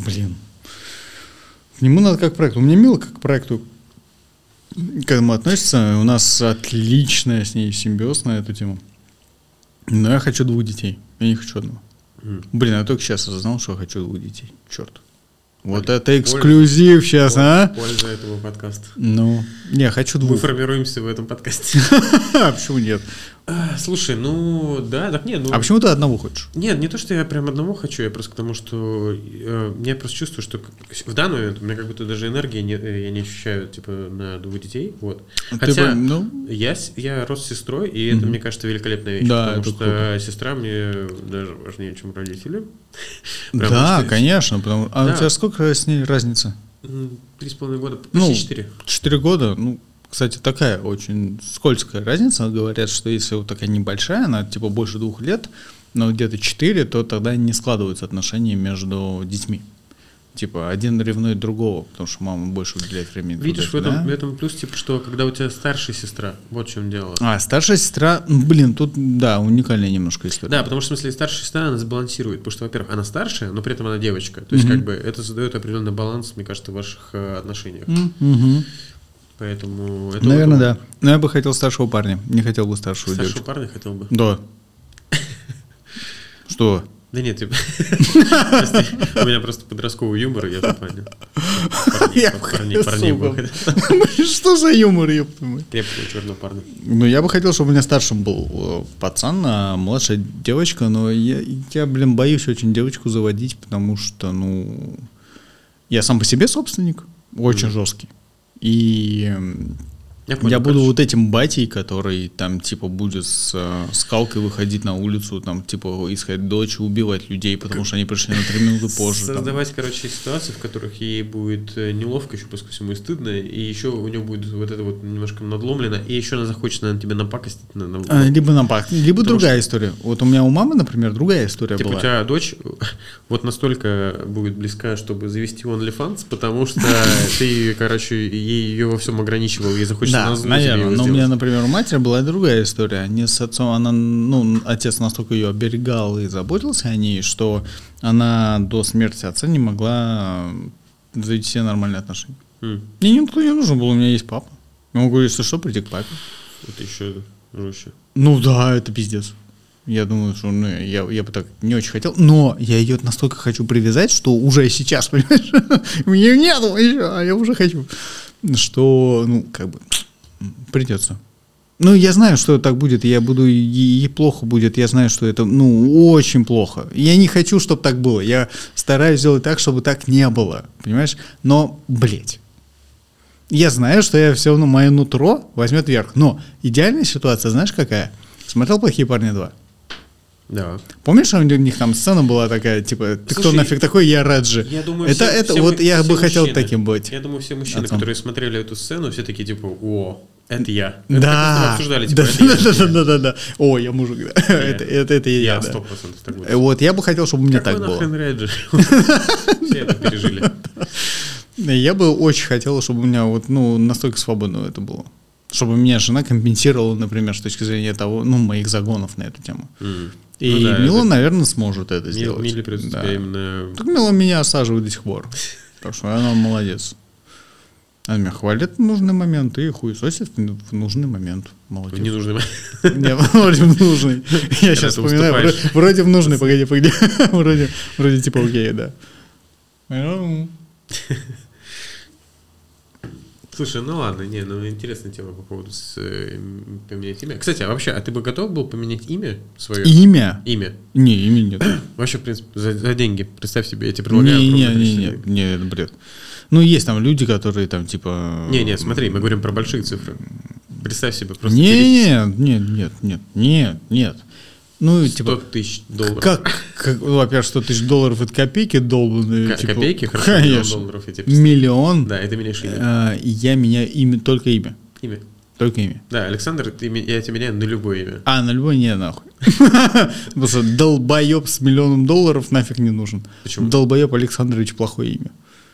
к нему надо как к проекту. У меня Мила как к проекту к этому относится, у нас отличная с ней симбиоз на эту тему. Но я хочу 2 детей, я не хочу одного. Блин, я только сейчас осознал, что я хочу 2 детей. Черт. Вот это эксклюзив сейчас, а? Польза этого подкаста. Ну, не, хочу 2. Мы формируемся в этом подкасте. Почему нет? Слушай, ну, да, так нет. А почему ты одного хочешь? Нет, не то, что я прям одного хочу, я просто к тому, что я просто чувствую, что в данный момент у меня как будто даже энергии я не ощущаю, типа, на 2 детей, вот. Хотя я рос с сестрой, и это, мне кажется, великолепная вещь, да, потому что круто. Сестра мне даже важнее, чем родители. Да, конечно, а у тебя сколько с ней разница? 3,5 года, почти 4. 4 года, ну, кстати, такая очень скользкая разница. Говорят, что если вот такая небольшая, она типа больше 2 лет, но где-то 4, то тогда не складываются отношения между детьми. Типа один ревнует другого, потому что мама больше уделяет времени. Видишь, в этом плюс, типа, что когда у тебя старшая сестра, вот в чем дело. Старшая сестра, блин, тут, да, уникальная немножко история. Да, потому что, в смысле, старшая сестра, она сбалансирует, потому что, во-первых, она старшая, но при этом она девочка. То есть, как бы, это создает определенный баланс, мне кажется, в ваших отношениях. Поэтому это наверное, да. Но я бы хотел старшего парня, не хотел бы старшую девочку. Старшего парня хотел бы? Да. Что? Да нет, типа, у меня просто подростковый юмор, я понял. Парней бы. Что за юмор, ёпта мать? Крепкого черного парня. Ну, я бы хотел, чтобы у меня старшим был пацан, а младшая девочка, но я, блин, боюсь очень девочку заводить, потому что, ну, я сам по себе собственник, очень жесткий. И я буду вот этим батей, который там типа будет с скалкой выходить на улицу, там типа искать дочь, убивать людей, потому что они пришли на 3 минуты позже. Создавать, короче, ситуации, в которых ей будет неловко, еще плюс ко всему и стыдно, и еще у нее будет вот это вот немножко надломлено, и еще она захочет, наверное, тебе напакостить. Либо другая история. Вот у меня у мамы, например, другая история типа была. У тебя дочь вот настолько будет близка, чтобы завести OnlyFans, потому что ты, короче, ее во всем ограничивал, ей захочется. Да, наверное, но у меня, например, у матери была другая история. Они с отцом, отец настолько ее оберегал и заботился о ней, что она до смерти отца не могла завести себе нормальные отношения. Мне никто не нужен был, у меня есть папа. Я могу, если что, прийти к папе. Это еще жестче. Ну да, это пиздец. Я думаю, что я бы так не очень хотел, но я ее настолько хочу привязать, что уже сейчас, понимаешь, мне нету еще, а я уже хочу, что, придется. Ну, я знаю, что так будет, ей плохо будет, я знаю, что это, очень плохо. Я не хочу, чтобы так было, я стараюсь сделать так, чтобы так не было, понимаешь? Но, я знаю, что я все равно, мое нутро возьмет верх. Но идеальная ситуация, знаешь, какая? Смотрел «Плохие парни 2»? Да. Помнишь, у них там сцена была такая, типа, ты кто нафиг такой, я Раджи. Я думаю, я бы хотел таким быть. Я думаю, все мужчины, которые смотрели эту сцену, все такие, типа, это я. Да. Обсуждали, типа, да. О, я мужик, да. Это я. Я 100% так буду. Вот, я бы хотел, чтобы у меня так было. Какой нахрен Раджи? Все это пережили. Я бы очень хотел, чтобы у меня настолько свободно это было. Чтобы меня жена компенсировала, например, с точки зрения того, моих загонов на эту тему. И Мила, наверное, сможет это сделать. Миле придется тебя именно... Так Мила меня осаживает до сих пор. Так что она молодец. Она меня хвалит в нужный момент и хуесосит в нужный момент. Молодец. В ненужный момент. Нет, вроде в нужный. Я сейчас вспоминаю. Вроде в нужный, погоди. Вроде типа окей, да. Слушай, ладно, интересная тема по поводу поменять имя. Кстати, а ты бы готов был поменять имя свое? Имя? Имя. Не, имя нет. Вообще, в принципе, за деньги. Представь себе, я тебе предлагаю. Не, это бред. Есть там люди, которые там типа... Не, смотри, мы говорим про большие цифры. Представь себе просто... Нет. 100 тысяч долларов. Во-первых, 100 тысяч долларов — это копейки долбанные. Копейки? Хорошо, конечно. долларов. Миллион. Да, это меняешь имя. Я меняю только имя. Имя. Только имя. Да, Александр, я тебя меняю на любое имя. На любое не нахуй. Потому что долбоеб с $1 миллион нафиг не нужен. Почему? Долбоеб Александрович — плохое имя.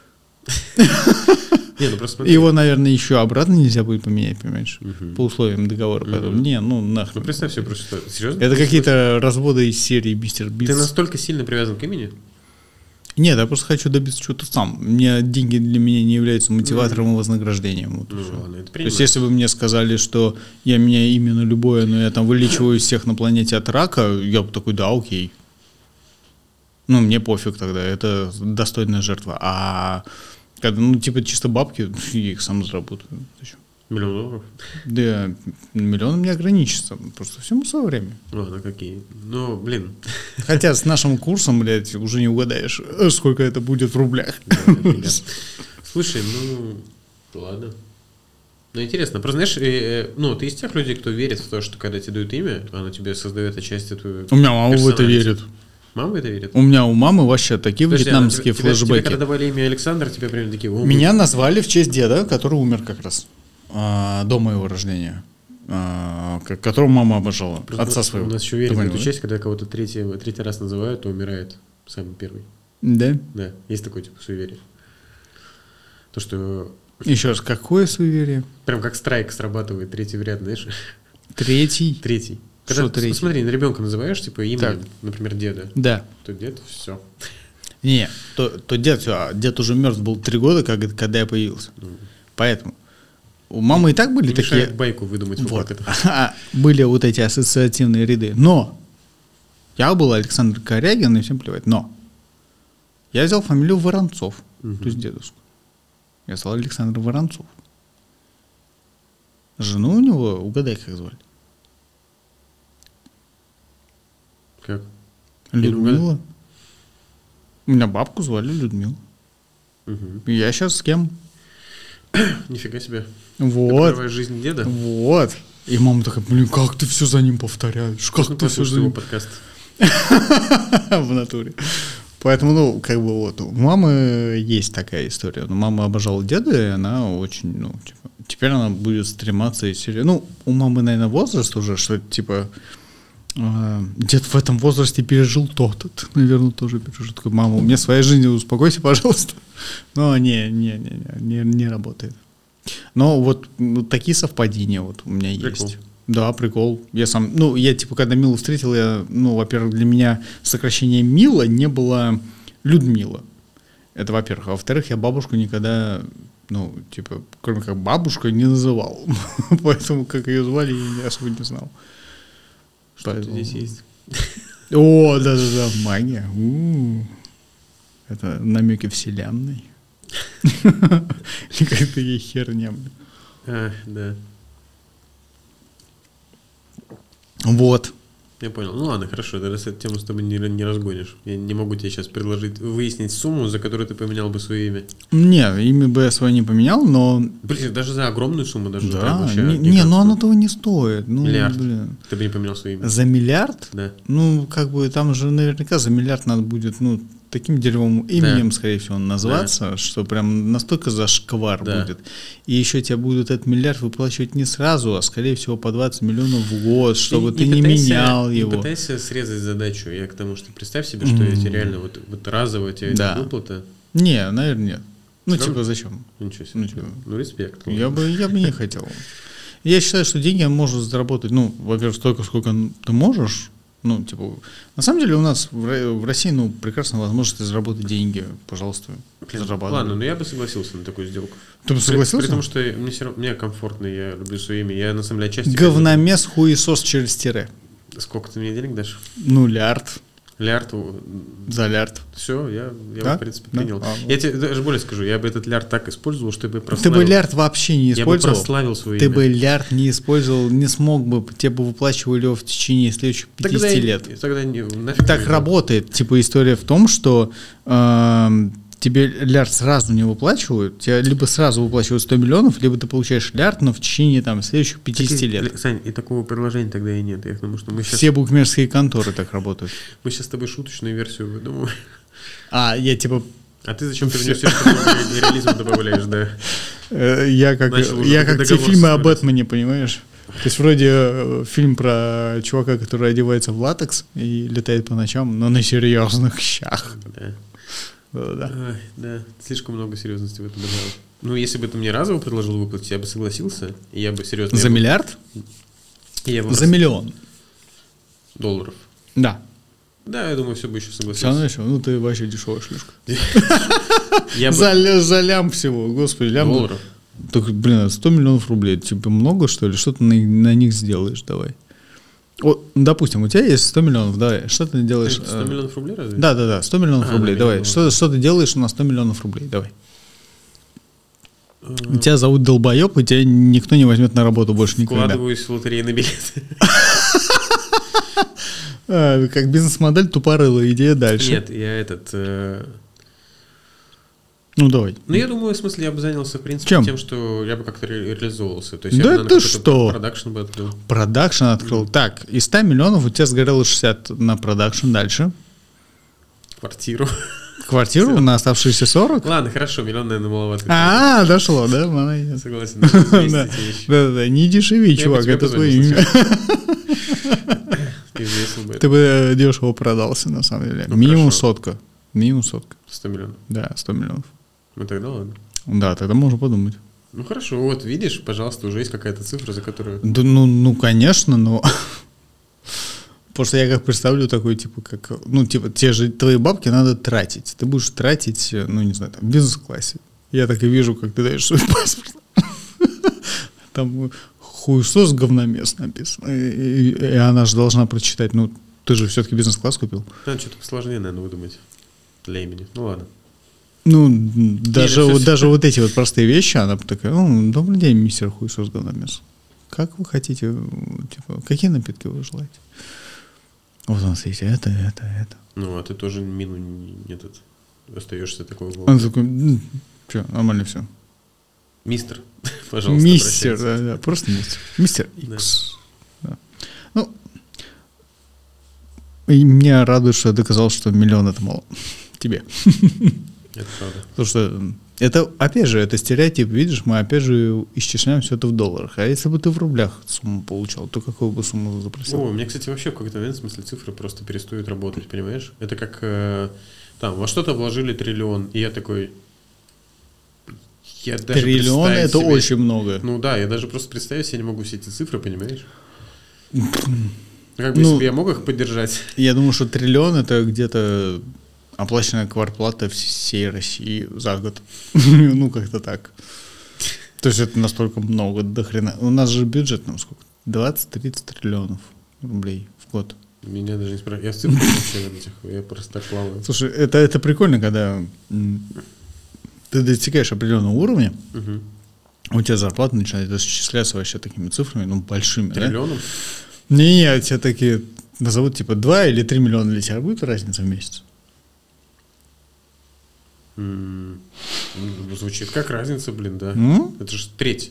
Просто его, наверное, еще обратно нельзя будет поменять, понимаешь? По условиям договора. Поэтому нахрен. Представь себе просто, серьезно? Это какие-то разводы из серии «Мистер Битс». Ты настолько сильно привязан к имени? Нет, я просто хочу добиться чего-то сам. Деньги для меня не являются мотиватором и вознаграждением. Ладно, это то есть, если бы мне сказали, что я меняю имя на любое, но я там вылечиваю всех на планете от рака, я бы такой, да, окей. Ну, мне пофиг тогда, это достойная жертва. А когда, ну, типа, чисто бабки, я их сам заработаю. Зачем? $1 000 000? Да, миллион не ограничится. Просто всему свое время. Ладно, какие. Ну, блин. Хотя с нашим курсом, блядь, уже не угадаешь, сколько это будет в рублях. Да. Слушай, ну, ладно. Ну, интересно. Просто, знаешь, ну, ты из тех людей, кто верит в то, что когда тебе дают имя, оно тебе создает отчасти твою... У меня мама в это верит. Мама в это верит? У меня у мамы вообще такие Подожди, вьетнамские тебе флешбеки. когда давали имя Александр, тебе прям такие... Меня назвали в честь деда, который умер как раз до моего рождения. Которого мама обожала. Просто Отца своего. У нас еще верят в Ты эту понял, честь, когда кого-то третий раз называют, то умирает самый первый. да? Да, есть такое типа суеверие. То, что... Еще раз, какое суеверие? Прям как страйк срабатывает третий в ряд, знаешь? Третий? Третий. Что Когда, третий? Смотри, на ребенка называешь, типа, именем, Так. например, деда, Да. то дед, все. Не, то дед, всё, дед уже мертв был 3 года, когда я появился. Поэтому у мамы и так были Не такие... мешает байку выдумать, Вот. как это. Были вот эти ассоциативные ряды. Но я был Александр Корягин, и всем плевать. Но я взял фамилию Воронцов, то есть дедушку. Я стал Александр Воронцов. Жену у него, угадай, как звали? Как? Людмила. У меня бабку звали Людмила. Угу. И я сейчас с кем? Нифига себе. Вот. Первая жизнь деда. Вот. И мама такая, блин, как ты все за ним повторяешь? Как Можно ты все послушать за его ним... подкаст. В натуре. Поэтому, ну, как бы вот, у мамы есть такая история. Но мама обожала деда, и она очень, ну, типа, теперь она будет стрематься и серьезно. Ну, у мамы, наверное, возраст уже, что типа, дед в этом возрасте пережил то-то. Ты, наверное, тоже пережил. Такой, мама, у меня своя жизнь, успокойся, пожалуйста. Но не работает. Но вот такие совпадения вот у меня Прикол. есть. Да, прикол. Я сам, ну, я типа, когда Милу встретил, во-первых, для меня сокращение Мила не было Людмила. Это, во-первых. А во-вторых, я бабушку никогда, ну, типа, кроме как бабушка, не называл. Поэтому, как ее звали, я особо не знал. Что здесь есть? О, да-да-да, магия. Это намеки вселенной. Какая-то ей херня. Да. Вот. Я понял. Ну ладно, хорошо, тогда эту тему с тобой не разгонишь. Я не могу тебе сейчас предложить выяснить сумму, за которую ты поменял бы свое имя. Не, имя бы я свое не поменял, но... Блин, даже за огромную сумму, даже Да, прям вообще ну гигантскую. оно того не стоит. Ну, Миллиард. блин. Ты бы не поменял свое имя? За миллиард? Да. Ну, как бы там же наверняка за миллиард надо будет, ну, таким дерьмовым именем, скорее всего, назваться, что прям настолько зашквар будет. И еще тебе будут этот миллиард выплачивать не сразу, а скорее всего по 20 миллионов в год, чтобы ты не менял его. Не пытайся срезать задачу. Я к тому, что представь себе, что эти реально вот разово тебе эта выплата. Не, наверное, нет. Ну, Правда? типа, зачем? Ничего себе. Ну, респект. Я бы не хотел. Я считаю, что деньги можно заработать, ну, во-первых, столько, сколько ты можешь. Ну, типа, на самом деле у нас в России, ну, прекрасная возможность заработать деньги, пожалуйста, зарабатывай. Ладно, но я бы согласился на такую сделку. Ты бы согласился? При том, что мне все равно, мне комфортно, я люблю свое имя. Я, на самом деле, отчасти... Говномес, хуесос через тире. Сколько ты мне денег дашь? Ну, лярд. Лярд. За лярд. Все, я Да? в принципе, Да? принял. Вот. Я тебе даже более скажу, я бы этот лярд так использовал, чтобы Ты прославил. бы лярд вообще не Я бы использовал. прославил свое Ты имя. бы лярд не использовал, не смог бы, тебе бы выплачивали его в течение следующих 50 лет. Тогда нафиг. Так работает. Типа история в том, что тебе лярд сразу не выплачивают, тебе либо сразу выплачивают 100 миллионов, либо ты получаешь лярд, но в течение там следующих 50 лет. Сань, и такого предложения тогда и нет. Я к тому, что мы сейчас... Все букмекерские конторы так работают. Мы сейчас с тобой шуточную версию выдумываем. Я типа... А ты зачем ты мне все реализм добавляешь, да? Я как те фильмы о Бэтмене, понимаешь? То есть вроде фильм про чувака, который одевается в латекс и летает по ночам, но на серьезных щах. Да. Да. Ой, да, слишком много серьезности в этом добавил. Ну, если бы ты мне разово предложил выплатить, я бы согласился, и я бы серьезно... За миллиард? За миллион. Долларов. Да. Да, я думаю, все бы еще Все согласился. равно еще, ну ты вообще дешевая шлюшка. Я бы... За лям всего, господи, лям. Долларов. Так, блин, 100 миллионов рублей, типа много, что ли? Что ты на них сделаешь, давай? Допустим, у тебя есть 100 миллионов, давай, что ты делаешь? 100 миллионов рублей разве? Да, 100 миллионов рублей, давай. Что ты делаешь на 100 миллионов рублей, давай. Тебя зовут долбоеб, и тебя никто не возьмет на работу больше никогда. Вкладываюсь в лотерейный билет. Как бизнес-модель тупорылая, идея дальше. Нет, я Ну, давай. Ну, я думаю, в смысле, я бы занялся, в принципе, Чем? тем, что я бы как-то реализовывался. То есть Да я бы, ты что? Продакшн бы открыл. Продакшн открыл. Так, из 100 миллионов у тебя сгорело 60 на продакшн. Дальше. Квартиру. Квартиру на оставшиеся 40? Ладно, хорошо, миллион, наверное, маловато. Дошло, да? Молодец. Согласен. Да, не дешеви, чувак, это твое имя. Ты бы дешево продался, на самом деле. Минимум сотка. Минимум сотка. 100 миллионов? Да, 100 миллионов. Ну тогда ладно. Да, тогда можно подумать. Ну хорошо, вот видишь, пожалуйста, уже есть какая-то цифра, за которую... Да, ну, конечно, но... Потому что я как представлю такой, типа, как... Ну, типа, те же твои бабки надо тратить. Ты будешь тратить, ну, не знаю, там, в бизнес-классе. Я так и вижу, как ты даешь свой паспорт. Там хуесос говномес написано. И она же должна прочитать. Ну, ты же все-таки бизнес-класс купил. Надо что-то посложнее, наверное, выдумать для имени. Ну ладно. Ну, даже вот эти вот простые вещи, она такая: добрый день, мистер хуесос говномес. Как вы хотите, типа, какие напитки вы желаете? Вот у нас есть это. Ну, а ты тоже мину не остаешься такого. Он такой: что, нормально все. Мистер, пожалуйста, мистер, да, просто мистер. Мистер Икс. Да. Ну, и меня радует, что я доказал, что миллион — это мало. Тебе. Это правда. Потому что это, опять же, это стереотип, видишь, мы опять же исчисляем все это в долларах. А если бы ты в рублях сумму получал, то какую бы сумму запросил? У меня, кстати, вообще в какой-то момент, в смысле, цифры просто перестают работать, понимаешь? Это как, там, во что-то вложили триллион, и я такой... Триллион — это себе... очень много. Ну да, я даже просто представить себе не могу все эти цифры, понимаешь? Как бы, если бы я мог их поддержать. Я думаю, что триллион — это где-то оплаченная квартплата всей России за год. Ну, как-то так. То есть это настолько много, до хрена. У нас же бюджет, ну, сколько? 20-30 триллионов рублей в год. Меня даже не спрашивают. Я в цифрах вообще в этих, я просто так плаваю. Слушай, это прикольно, когда ты достигаешь определенного уровня, у тебя зарплата начинает исчисляться вообще такими цифрами, ну, большими. Триллионом? Да? Не, тебя такие назовут, типа, 2 или 3 миллиона для тебя будет разница в месяц? Звучит как разница, блин, да. Это же треть.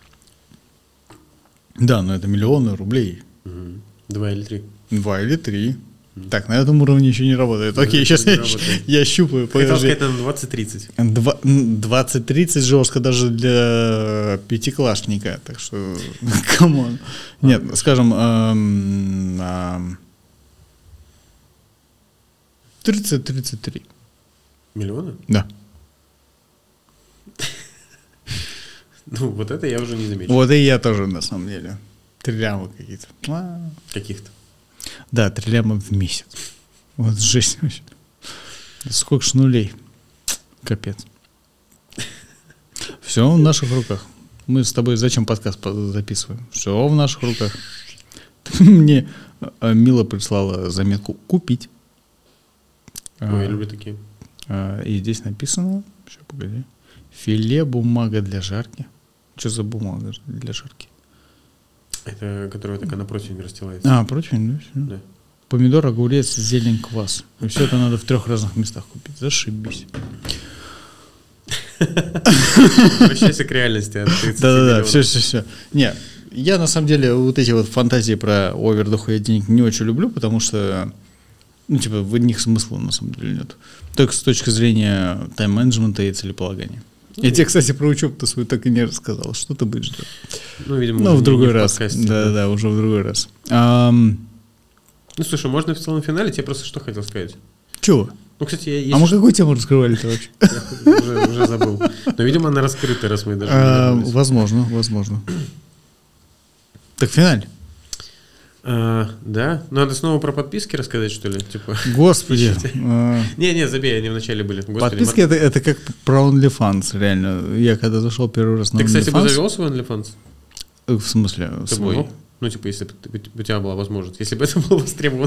Да, но это миллионы рублей. 2 или 3. 2 или 3. Так, на этом уровне еще не работает. Окей, сейчас я щупаю. Хотел сказать, там 20-30. 20-30 жестко даже для пятиклассника. Так что, камон. Нет, скажем, 30-33. Миллиона? Да. Ну, вот это я уже не заметил. Вот и я тоже, на самом деле. Триллиамы какие-то. Каких-то. Да, триллиамы в месяц. Вот жесть вообще. Сколько ж нулей. Капец. Все в наших руках. Мы с тобой зачем подкаст записываем? Все в наших руках. Мне Мила прислала заметку «Купить». Ой, я люблю такие. И здесь написано, сейчас, погоди, филе бумага для жарки. Что за бумага для жарки? Это которая такая на противень расстилается. Противень, да? Помидор, огурец, зелень, квас. И все это надо в 3 разных местах купить. Зашибись. Возвращайся к реальности. Да, все. Не, я на самом деле вот эти вот фантазии про овер дохуя денег не очень люблю, потому что, ну, типа, в них смысла на самом деле нет. Только с точки зрения тайм-менеджмента и целеполагания. Я тебе, кстати, про учебу-то свою так и не рассказал. Что ты будешь делать? Ну, видимо, в другой раз. Да, уже в другой раз. Ну, слушай, можно в целом финале. Я просто что хотел сказать? Чего? Ну, кстати, мы какую тему раскрывали-то вообще? Уже забыл. Но, видимо, она раскрыта, раз мы даже... Возможно. Так, финаль. Да? Надо снова про подписки рассказать, что ли? Типа, Господи. Не, забей, они вначале были. Подписки это как про OnlyFans, реально. Я когда зашел первый раз на OnlyFans... Ты, кстати, бы завел свой OnlyFans? В смысле? Свой? Ну, типа, если бы у тебя была возможность, если бы это было востребовано.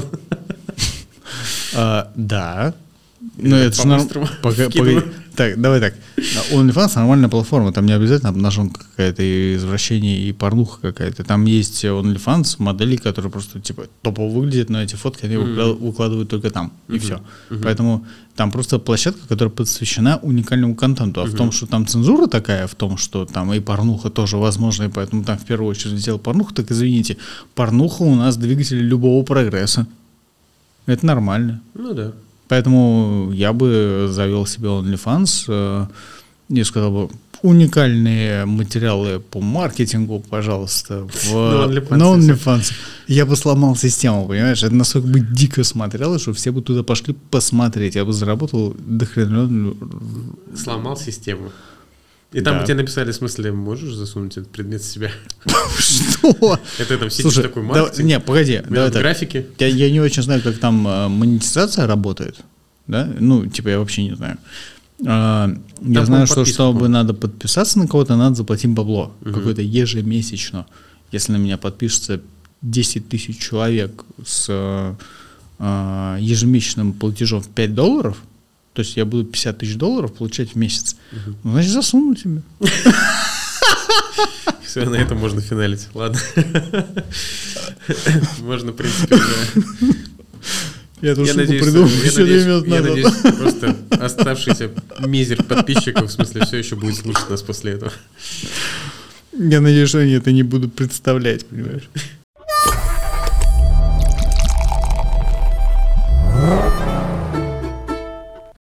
Да. Ну, это же нормально. Так, давай так. OnlyFans нормальная платформа, там не обязательно обнаженка какая-то, извращение и порнуха какая-то. Там есть OnlyFans модели, которые просто типа топово выглядят, но эти фотки они выкладывают только там, и все. Поэтому там просто площадка, которая посвящена уникальному контенту. А в том, что там цензура такая, в том, что там и порнуха тоже возможна, и поэтому там в первую очередь сделал порнуху, так извините, порнуха у нас двигатель любого прогресса. Это нормально. Ну да. Поэтому я бы завел себе OnlyFans и сказал бы, уникальные материалы по маркетингу, пожалуйста, на OnlyFans. Я бы сломал систему, понимаешь? Это настолько бы дико смотрелось, что все бы туда пошли посмотреть. Я бы заработал дохрена. Сломал систему. И там тебе написали, в смысле, можешь засунуть этот предмет в себя? Что? Это там сидишь такой маркетинг? Не, погоди. Графики? Я не очень знаю, как там монетизация работает. Да? Ну, типа, я вообще не знаю. Я знаю, что чтобы надо подписаться на кого-то, надо заплатить бабло. Какое-то ежемесячно. Если на меня подпишется 10 тысяч человек с ежемесячным платежом в $5, то есть я буду $50 тысяч получать в месяц. Ну, значит, засуну тебе. Все, на этом можно финалить. Ладно. Можно, в принципе, уже... Я надеюсь, просто оставшийся мизер подписчиков, в смысле, все еще будет слушать нас после этого. Я надеюсь, что они это не будут представлять, понимаешь?